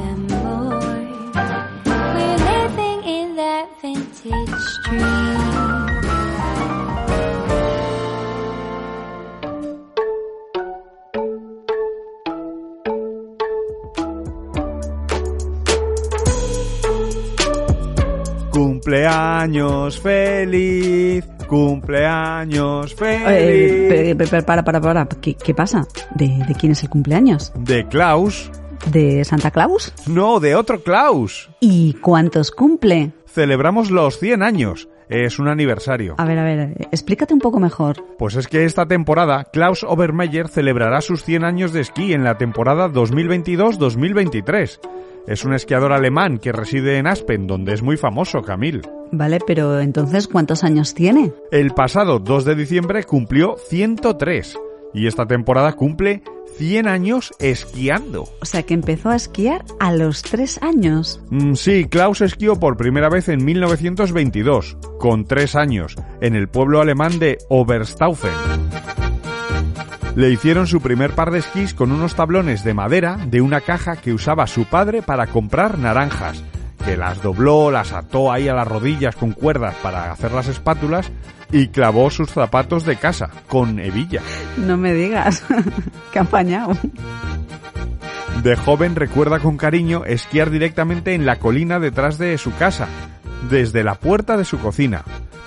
Cumpleaños feliz, cumpleaños feliz. Eh, para, para, para, ¿Qué, qué pasa? ¿De, ¿De quién es el cumpleaños? De Klaus. ¿De Santa Claus? No, de otro Klaus. ¿Y cuántos cumple? Celebramos los cien años. Es un aniversario. A ver, a ver, explícate un poco mejor. Pues es que esta temporada Klaus Obermeier celebrará sus cien años de esquí en la temporada dos mil veintidós dos mil veintitrés. Es un esquiador alemán que reside en Aspen, donde es muy famoso, Camille. Vale, pero entonces, ¿cuántos años tiene? El pasado dos de diciembre cumplió ciento tres y esta temporada cumple cien años esquiando. O sea, que empezó a esquiar a los tres años. Mm, sí, Klaus esquió por primera vez en mil novecientos veintidós, con tres años, en el pueblo alemán de Oberstaufen. Le hicieron su primer par de esquís con unos tablones de madera de una caja que usaba su padre para comprar naranjas, que las dobló, las ató ahí a las rodillas con cuerdas para hacer las espátulas y clavó sus zapatos de casa con hebilla. No me digas, qué apañado. De joven recuerda con cariño esquiar directamente en la colina detrás de su casa, desde la puerta de su cocina.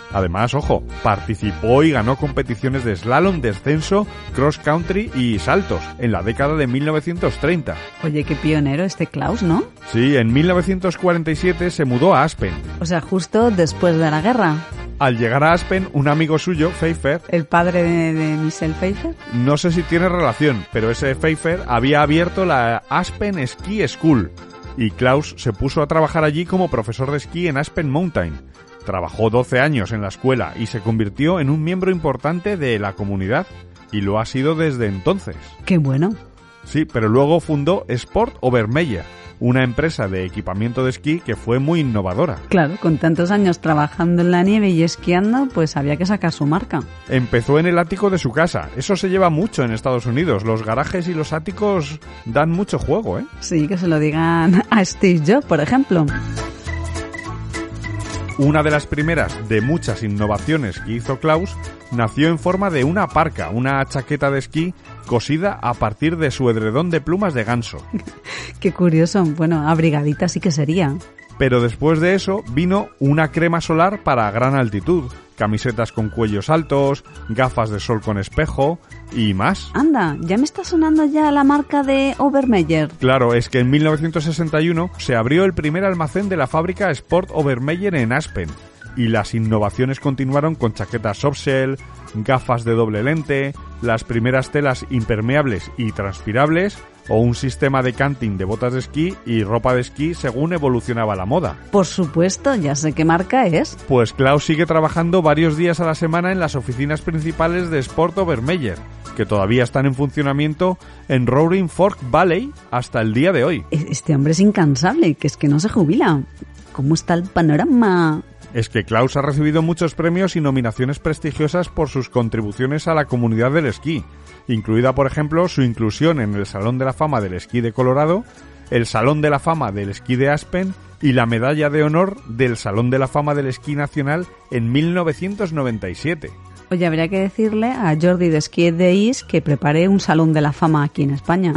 Además, ojo, participó y ganó competiciones de slalom, descenso, cross country y saltos en la década de mil novecientos treinta. Oye, qué pionero este Klaus, ¿no? Sí, en mil novecientos cuarenta y siete se mudó a Aspen. O sea, justo después de la guerra. Al llegar a Aspen, un amigo suyo, Pfeiffer... ¿El padre de, de Michelle Pfeiffer? No sé si tiene relación, pero ese Pfeiffer había abierto la Aspen Ski School y Klaus se puso a trabajar allí como profesor de esquí en Aspen Mountain. Trabajó doce años en la escuela y se convirtió en un miembro importante de la comunidad y lo ha sido desde entonces. ¡Qué bueno! Sí, pero luego fundó Sport Obermeyer, una empresa de equipamiento de esquí que fue muy innovadora. Claro, con tantos años trabajando en la nieve y esquiando, pues había que sacar su marca. Empezó en el ático de su casa. Eso se lleva mucho en Estados Unidos. Los garajes y los áticos dan mucho juego, ¿eh? Sí, que se lo digan a Steve Jobs, por ejemplo. Una de las primeras de muchas innovaciones que hizo Klaus nació en forma de una parca, una chaqueta de esquí cosida a partir de su edredón de plumas de ganso. Qué curioso. Bueno, abrigadita sí que sería. Pero después de eso vino una crema solar para gran altitud, camisetas con cuellos altos, gafas de sol con espejo y más. Anda, ya me está sonando ya la marca de Obermeyer. Claro, es que en mil novecientos sesenta y uno se abrió el primer almacén de la fábrica Sport Obermeyer en Aspen y las innovaciones continuaron con chaquetas softshell, gafas de doble lente, las primeras telas impermeables y transpirables o un sistema de canting de botas de esquí y ropa de esquí según evolucionaba la moda. Por supuesto, ya sé qué marca es. Pues Klaus sigue trabajando varios días a la semana en las oficinas principales de Sport Obermeyer, que todavía están en funcionamiento en Roaring Fork Valley hasta el día de hoy. Este hombre es incansable, que es que no se jubila. ¿Cómo está el panorama? Es que Klaus ha recibido muchos premios y nominaciones prestigiosas por sus contribuciones a la comunidad del esquí, incluida, por ejemplo, su inclusión en el Salón de la Fama del Esquí de Colorado, el Salón de la Fama del Esquí de Aspen y la Medalla de Honor del Salón de la Fama del Esquí Nacional en mil novecientos noventa y siete. Oye, habría que decirle a Jordi de Ski de Is que prepare un Salón de la Fama aquí en España.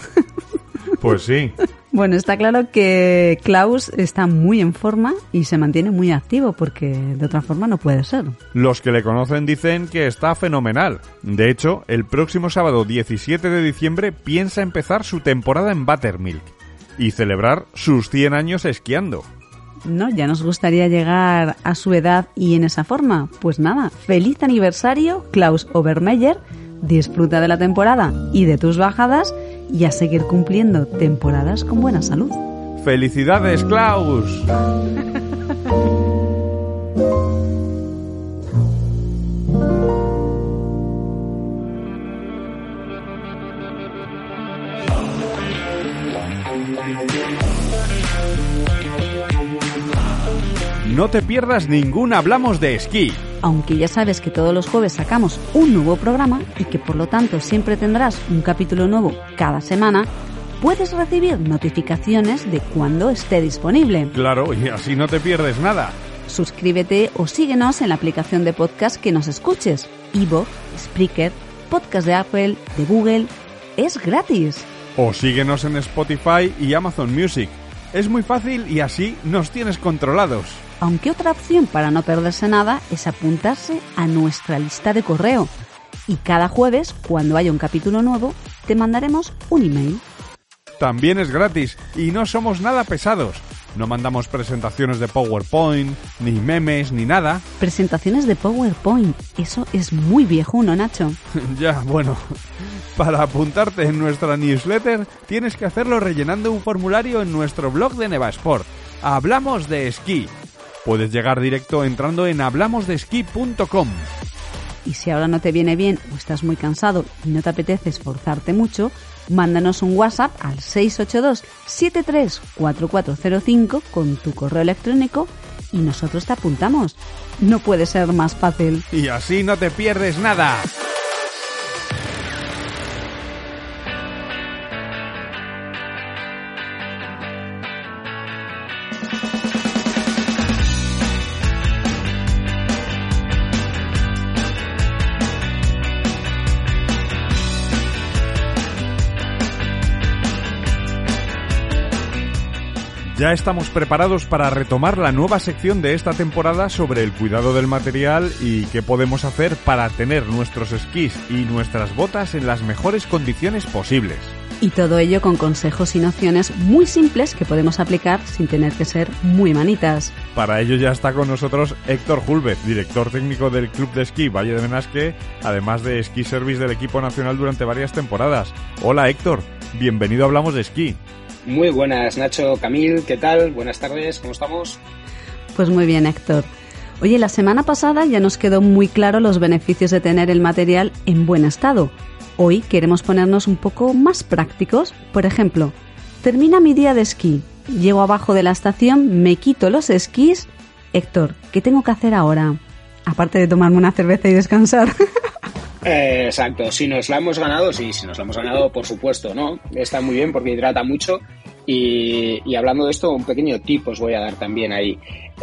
Pues sí. Bueno, está claro que Klaus está muy en forma y se mantiene muy activo porque de otra forma no puede ser. Los que le conocen dicen que está fenomenal. De hecho, el próximo sábado diecisiete de diciembre piensa empezar su temporada en Buttermilk y celebrar sus cien años esquiando. No, ya nos gustaría llegar a su edad y en esa forma. Pues nada, feliz aniversario, Klaus Obermeyer. Disfruta de la temporada y de tus bajadas y a seguir cumpliendo temporadas con buena salud. ¡Felicidades, Klaus! No te pierdas ningún Hablamos de Esquí. Aunque ya sabes que todos los jueves sacamos un nuevo programa y que por lo tanto siempre tendrás un capítulo nuevo cada semana, puedes recibir notificaciones de cuando esté disponible. Claro, y así no te pierdes nada. Suscríbete o síguenos en la aplicación de podcast que nos escuches. iVoox, Spreaker, Podcast de Apple, de Google. Es gratis. O síguenos en Spotify y Amazon Music. Es muy fácil y así nos tienes controlados. Aunque otra opción para no perderse nada es apuntarse a nuestra lista de correo. Y cada jueves, cuando haya un capítulo nuevo, te mandaremos un email. También es gratis y no somos nada pesados. No mandamos presentaciones de PowerPoint, ni memes, ni nada. Presentaciones de PowerPoint. Eso es muy viejuno, Nacho. Ya, bueno. Para apuntarte en nuestra newsletter, tienes que hacerlo rellenando un formulario en nuestro blog de Nevasport. Hablamos de Esquí. Puedes llegar directo entrando en hablamos de esquí punto com. Y si ahora no te viene bien o estás muy cansado y no te apetece esforzarte mucho, mándanos un WhatsApp al seis ocho dos, siete tres cuatro cuatro cero cinco con tu correo electrónico y nosotros te apuntamos. No puede ser más fácil. Y así no te pierdes nada. Ya estamos preparados para retomar la nueva sección de esta temporada sobre el cuidado del material y qué podemos hacer para tener nuestros esquís y nuestras botas en las mejores condiciones posibles. Y todo ello con consejos y nociones muy simples que podemos aplicar sin tener que ser muy manitas. Para ello ya está con nosotros Héctor Julvez, director técnico del Club de Esquí Valle de Benasque, además de Ski Service del equipo nacional durante varias temporadas. Hola Héctor, bienvenido a Hablamos de Esquí. Muy buenas, Nacho, Camil, ¿qué tal? Buenas tardes, ¿cómo estamos? Pues muy bien, Héctor. Oye, la semana pasada ya nos quedó muy claro los beneficios de tener el material en buen estado. Hoy queremos ponernos un poco más prácticos. Por ejemplo, termina mi día de esquí, llego abajo de la estación, me quito los esquís. Héctor, ¿qué tengo que hacer ahora? Aparte de tomarme una cerveza y descansar. Eh, exacto, si nos la hemos ganado, sí, si nos la hemos ganado, por supuesto, ¿no? Está muy bien porque hidrata mucho y, y hablando de esto, un pequeño tip os voy a dar también ahí.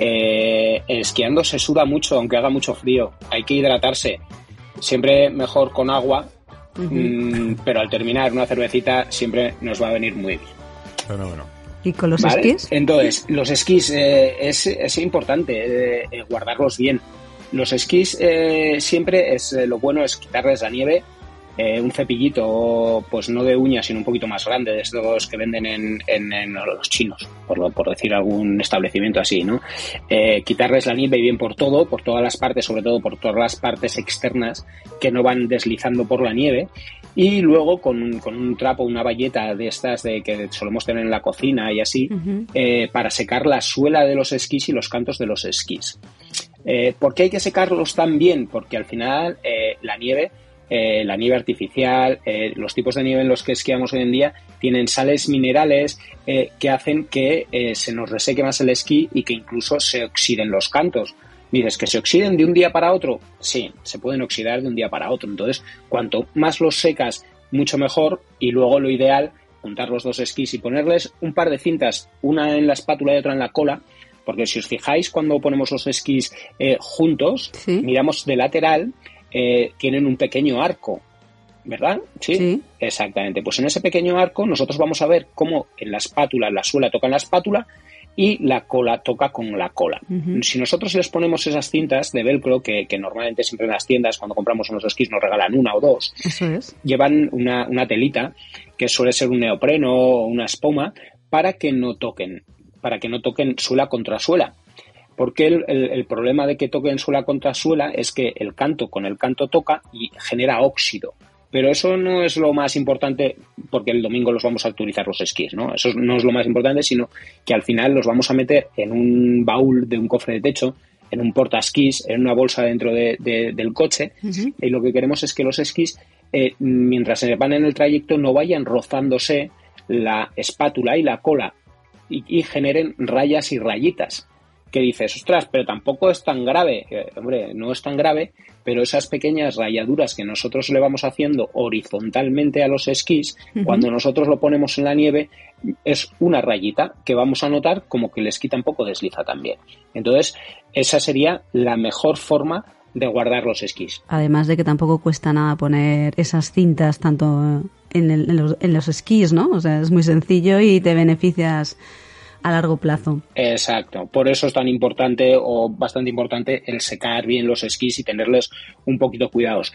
Eh, esquiando se suda mucho, aunque haga mucho frío, hay que hidratarse, siempre mejor con agua, uh-huh. mmm, pero al terminar una cervecita siempre nos va a venir muy bien. Bueno, bueno. ¿Y con los ¿Vale? esquís? Entonces, los esquís eh, es, es importante eh, guardarlos bien. Los esquís eh, siempre es eh, lo bueno es quitarles la nieve, eh, un cepillito, pues no de uñas, sino un poquito más grande, de estos que venden en, en, en los chinos, por, lo, por decir algún establecimiento así, ¿no? Eh, quitarles la nieve bien por todo, por todas las partes, sobre todo por todas las partes externas que no van deslizando por la nieve. Y luego con, con un trapo, una bayeta de estas de que solemos tener en la cocina y así, uh-huh. eh, para secar la suela de los esquís y los cantos de los esquís. Eh, ¿Por qué hay que secarlos tan bien? Porque al final eh, la nieve, eh, la nieve artificial, eh, los tipos de nieve en los que esquiamos hoy en día tienen sales minerales eh, que hacen que eh, se nos reseque más el esquí y que incluso se oxiden los cantos. Dices, ¿que se oxiden de un día para otro? Sí, se pueden oxidar de un día para otro. Entonces, cuanto más los secas, mucho mejor. Y luego lo ideal, juntar los dos esquís y ponerles un par de cintas, una en la espátula y otra en la cola. Porque si os fijáis, cuando ponemos los esquís eh, juntos, ¿sí? Miramos de lateral, eh, tienen un pequeño arco, ¿verdad? ¿Sí? Sí. Exactamente. Pues en ese pequeño arco nosotros vamos a ver cómo en la espátula, la suela toca en la espátula y la cola toca con la cola. Uh-huh. Si nosotros les ponemos esas cintas de velcro, que, que normalmente siempre en las tiendas, cuando compramos unos esquís, nos regalan una o dos, eso es. Llevan una, una telita, que suele ser un neopreno o una espuma, para que no toquen. para que no toquen suela contra suela. Porque el, el, el problema de que toquen suela contra suela es que el canto con el canto toca y genera óxido. Pero eso no es lo más importante, porque el domingo los vamos a utilizar los esquís, ¿no? Eso no es lo más importante, sino que al final los vamos a meter en un baúl de un cofre de techo, en un portaesquís, en una bolsa dentro de, de, del coche, uh-huh. Y lo que queremos es que los esquís, eh, mientras se van en el trayecto, no vayan rozándose la espátula y la cola, Y, y generen rayas y rayitas. Que dices, ostras, pero tampoco es tan grave. Eh, hombre, no es tan grave, pero esas pequeñas rayaduras que nosotros le vamos haciendo horizontalmente a los esquís, uh-huh. Cuando nosotros lo ponemos en la nieve, es una rayita que vamos a notar como que el esquí tampoco desliza tan bien. Entonces, esa sería la mejor forma de guardar los esquís. Además de que tampoco cuesta nada poner esas cintas tanto en, el, en, los, en los esquís, ¿no? O sea, es muy sencillo y te beneficias a largo plazo. Exacto. Por eso es tan importante o bastante importante el secar bien los esquís y tenerles un poquito cuidados.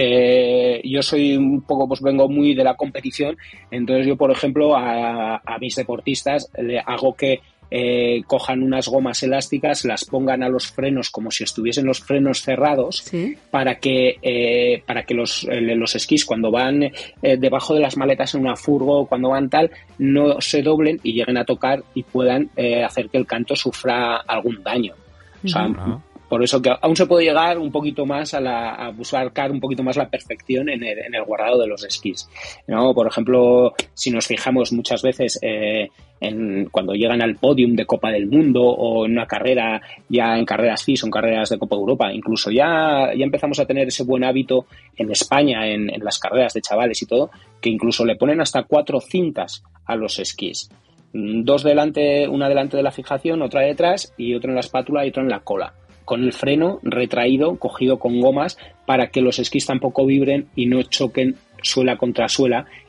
Eh, yo soy un poco, pues vengo muy de la competición, entonces yo, por ejemplo, a, a mis deportistas le hago que Eh, cojan unas gomas elásticas, las pongan a los frenos como si estuviesen los frenos cerrados, ¿sí? para que eh, para que los, eh, los esquís cuando van eh, debajo de las maletas en una furgo, cuando van tal, no se doblen y lleguen a tocar y puedan eh, hacer que el canto sufra algún daño. O sea, uh-huh. Por eso que aún se puede llegar un poquito más a, la, a buscar un poquito más la perfección en el, en el guardado de los esquís, ¿no? Por ejemplo, si nos fijamos muchas veces eh, en cuando llegan al podium de Copa del Mundo o en una carrera, ya en carreras F I S o en carreras de Copa de Europa, incluso ya, ya empezamos a tener ese buen hábito en España, en, en las carreras de chavales y todo, que incluso le ponen hasta cuatro cintas a los esquís. Dos delante, una delante de la fijación, otra detrás y otra en la espátula y otra en la cola, con el freno retraído, cogido con gomas, para que los esquís tampoco vibren y no choquen suela contra suela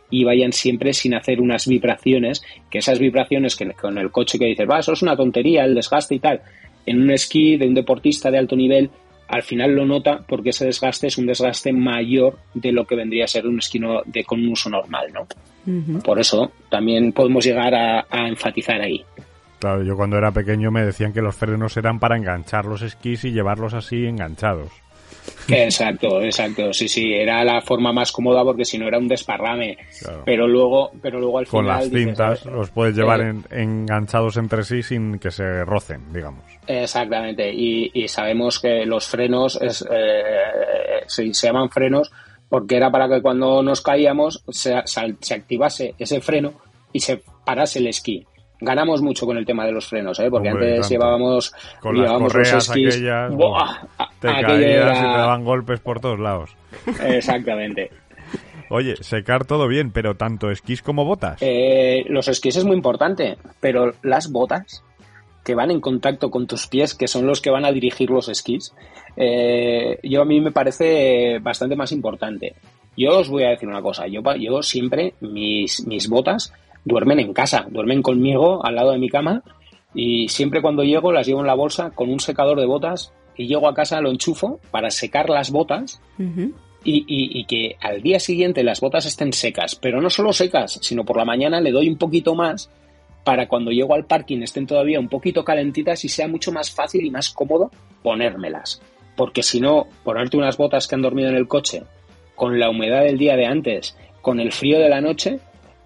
y vayan siempre sin hacer unas vibraciones, que esas vibraciones que con el coche que dices, va, eso es una tontería, el desgaste y tal, en un esquí de un deportista de alto nivel, al final lo nota porque ese desgaste es un desgaste mayor de lo que vendría a ser un esquí no, de, con un uso normal, ¿no? Uh-huh. Por eso también podemos llegar a, a enfatizar ahí. Claro, yo cuando era pequeño me decían que los frenos eran para enganchar los esquís y llevarlos así enganchados. Exacto, exacto, sí, sí, era la forma más cómoda porque si no era un desparrame, claro. pero luego pero luego al final... Con las cintas dices, los puedes llevar eh, en, enganchados entre sí sin que se rocen, digamos. Exactamente, y, y sabemos que los frenos es, eh, se, se llaman frenos porque era para que cuando nos caíamos se, se activase ese freno y se parase el esquí. Ganamos mucho con el tema de los frenos, ¿eh? Porque Hombre, antes llevábamos, con llevábamos las los esquís. Aquellas, ¡buah! Te caías era... y te daban golpes por todos lados. Exactamente. Oye, secar todo bien, pero tanto esquís como botas. Eh, los esquís es muy importante, pero las botas que van en contacto con tus pies, que son los que van a dirigir los esquís, eh, yo a mí me parece bastante más importante. Yo os voy a decir una cosa, yo, yo siempre mis, mis botas duermen en casa, duermen conmigo al lado de mi cama y siempre cuando llego las llevo en la bolsa con un secador de botas y llego a casa, lo enchufo para secar las botas uh-huh. y, y, y que al día siguiente las botas estén secas, pero no solo secas, sino por la mañana le doy un poquito más para cuando llego al parking estén todavía un poquito calentitas y sea mucho más fácil y más cómodo ponérmelas, porque si no, ponerte unas botas que han dormido en el coche con la humedad del día de antes, con el frío de la noche.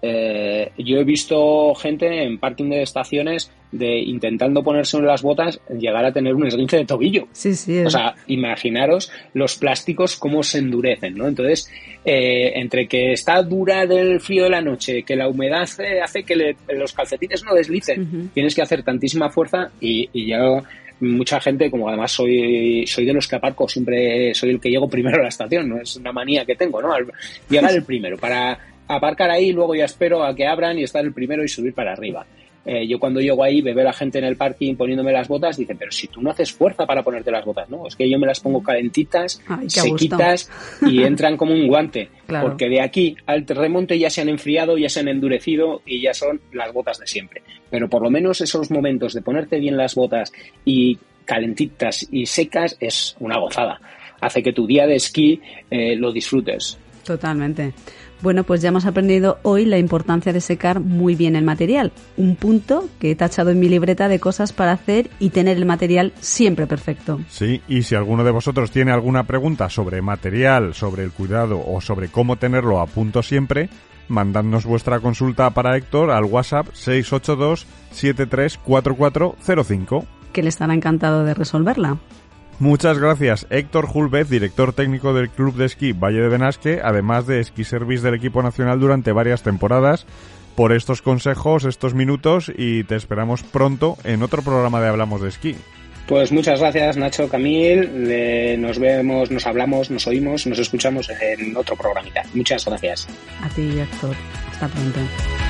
Eh, yo he visto gente en parking de estaciones de intentando ponerse en las botas llegar a tener un esguince de tobillo. Sí, sí. Es. O sea, imaginaros los plásticos cómo se endurecen, ¿no? Entonces, eh, entre que está dura del frío de la noche, que la humedad hace, hace que le, los calcetines no deslicen, uh-huh. tienes que hacer tantísima fuerza y, y yo... Mucha gente, como además soy soy de los que aparco, siempre soy el que llego primero a la estación, no es una manía que tengo, ¿no? Llegar el primero, para aparcar ahí, luego ya espero a que abran y estar el primero y subir para arriba. Eh, yo cuando llego ahí, veo a la gente en el parking poniéndome las botas, dice, pero si tú no haces fuerza para ponerte las botas, ¿no? Es que yo me las pongo calentitas, Ay, sequitas y entran como un guante, claro. porque de aquí al remonte ya se han enfriado, ya se han endurecido y ya son las botas de siempre. Pero por lo menos esos momentos de ponerte bien las botas y calentitas y secas es una gozada. Hace que tu día de esquí eh, lo disfrutes. Totalmente. Bueno, pues ya hemos aprendido hoy la importancia de secar muy bien el material. Un punto que he tachado en mi libreta de cosas para hacer y tener el material siempre perfecto. Sí, y si alguno de vosotros tiene alguna pregunta sobre material, sobre el cuidado o sobre cómo tenerlo a punto siempre, mandadnos vuestra consulta para Héctor al WhatsApp seis ocho dos siete tres cuatro cuatro cero cinco. Que le estará encantado de resolverla. Muchas gracias, Héctor Julvez, director técnico del Club de Esquí Valle de Benasque, además de Esquí Service del equipo nacional durante varias temporadas, por estos consejos, estos minutos, y te esperamos pronto en otro programa de Hablamos de Esquí. Pues muchas gracias, Nacho, Camil, eh, nos vemos, nos hablamos, nos oímos, nos escuchamos en otro programita. Muchas gracias. A ti, Héctor. Hasta pronto.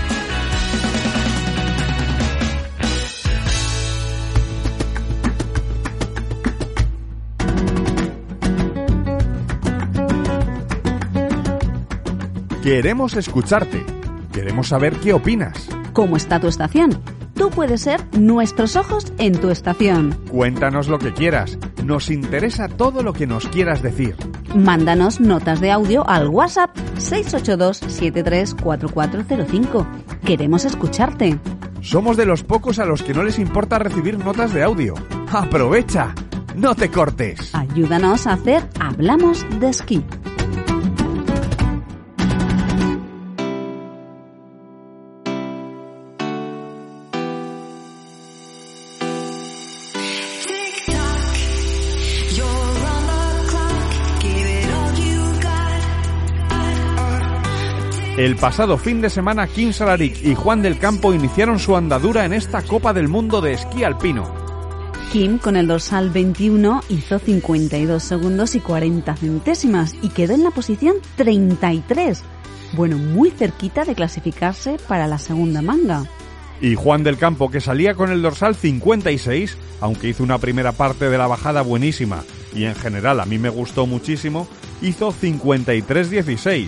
Queremos escucharte. Queremos saber qué opinas. ¿Cómo está tu estación? Tú puedes ser nuestros ojos en tu estación. Cuéntanos lo que quieras. Nos interesa todo lo que nos quieras decir. Mándanos notas de audio al WhatsApp seis ocho dos siete tres cuatro cuatro cero cinco. Queremos escucharte. Somos de los pocos a los que no les importa recibir notas de audio. ¡Aprovecha! ¡No te cortes! Ayúdanos a hacer Hablamos de Esquí. El pasado fin de semana, Quim Salaric y Juan del Campo iniciaron su andadura en esta Copa del Mundo de Esquí Alpino. Quim, con el dorsal veintiuno, hizo cincuenta y dos segundos y cuarenta centésimas y quedó en la posición treinta y tres. Bueno, muy cerquita de clasificarse para la segunda manga. Y Juan del Campo, que salía con el dorsal cincuenta y seis, aunque hizo una primera parte de la bajada buenísima y en general a mí me gustó muchísimo, hizo cincuenta y tres dieciséis.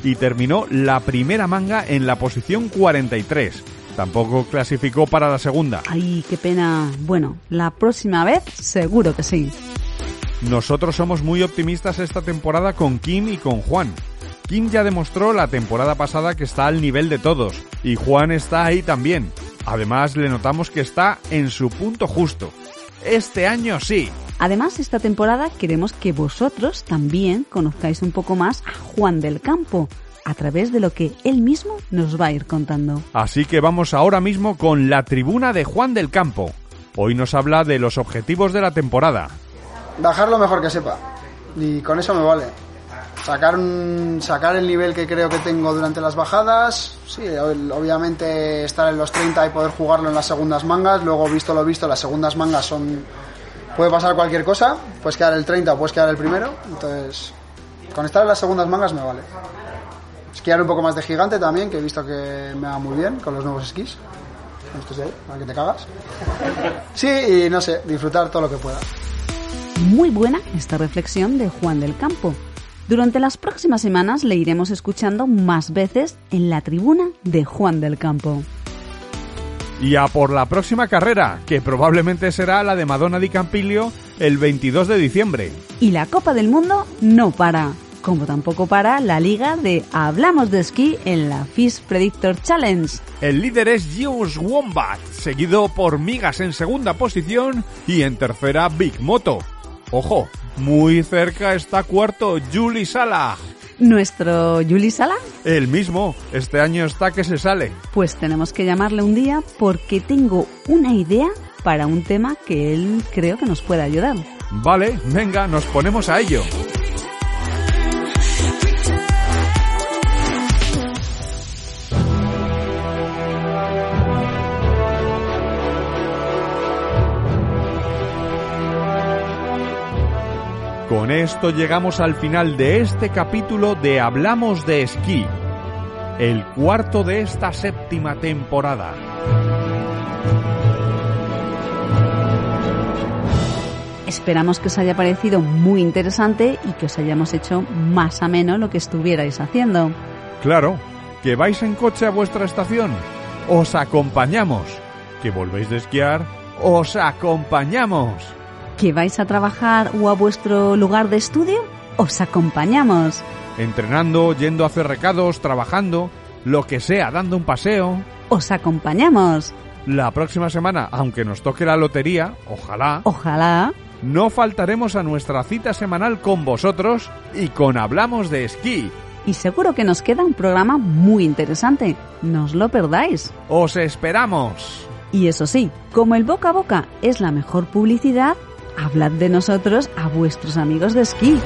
y terminó la primera manga en la posición cuarenta y tres. Tampoco clasificó para la segunda. Ay, qué pena. Bueno, la próxima vez seguro que sí. Nosotros somos muy optimistas esta temporada con Kim y con Juan. Kim ya demostró la temporada pasada que está al nivel de todos, y Juan está ahí también. Además, le notamos que está en su punto justo. Este año sí. Además, esta temporada queremos que vosotros también conozcáis un poco más a Juan del Campo, a través de lo que él mismo nos va a ir contando. Así que vamos ahora mismo con la tribuna de Juan del Campo. Hoy nos habla de los objetivos de la temporada. Bajar lo mejor que sepa, y con eso me vale. Sacar, un, sacar el nivel que creo que tengo durante las bajadas, sí, obviamente estar en los treinta y poder jugarlo en las segundas mangas. Luego, visto lo visto, las segundas mangas son... puede pasar cualquier cosa, puedes quedar el treinta o puedes quedar el primero, entonces con estar en las segundas mangas me vale. Esquiar un poco más de gigante también, que he visto que me va muy bien con los nuevos esquís. Estos de ahí, para que te cagas. Sí, y no sé, disfrutar todo lo que pueda. Muy buena esta reflexión de Juan del Campo. Durante las próximas semanas le iremos escuchando más veces en la tribuna de Juan del Campo. Y a por la próxima carrera, que probablemente será la de Madonna di Campiglio el veintidós de diciembre. Y la Copa del Mundo no para, como tampoco para la liga de Hablamos de Esquí en la F I S Predictor Challenge. El líder es Jules Wombat, seguido por Migas en segunda posición y en tercera Big Moto. Ojo, muy cerca está cuarto Juli Sala. ¿Nuestro Juli Sala? El mismo, este año está que se sale. Pues tenemos que llamarle un día porque tengo una idea para un tema que él creo que nos puede ayudar. Vale, venga, nos ponemos a ello. Con esto llegamos al final de este capítulo de Hablamos de Esquí, el cuarto de esta séptima temporada. Esperamos que os haya parecido muy interesante y que os hayamos hecho más ameno lo que estuvierais haciendo. Claro, que vais en coche a vuestra estación, os acompañamos. Que volvéis de esquiar, os acompañamos. ¿Que vais a trabajar o a vuestro lugar de estudio? ¡Os acompañamos! Entrenando, yendo a hacer recados, trabajando, lo que sea, dando un paseo. ¡Os acompañamos! La próxima semana, aunque nos toque la lotería, ojalá... Ojalá... no faltaremos a nuestra cita semanal con vosotros y con Hablamos de Esquí. Y seguro que nos queda un programa muy interesante. No os lo perdáis. ¡Os esperamos! Y eso sí, como el boca a boca es la mejor publicidad, hablad de nosotros a vuestros amigos de esquí.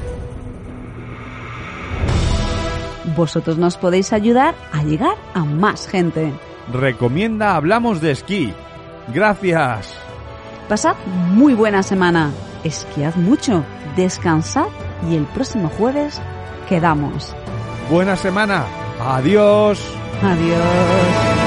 Vosotros nos podéis ayudar a llegar a más gente. Recomienda Hablamos de Esquí. Gracias. Pasad muy buena semana. Esquiad mucho, descansad y el próximo jueves quedamos. Buena semana. Adiós. Adiós.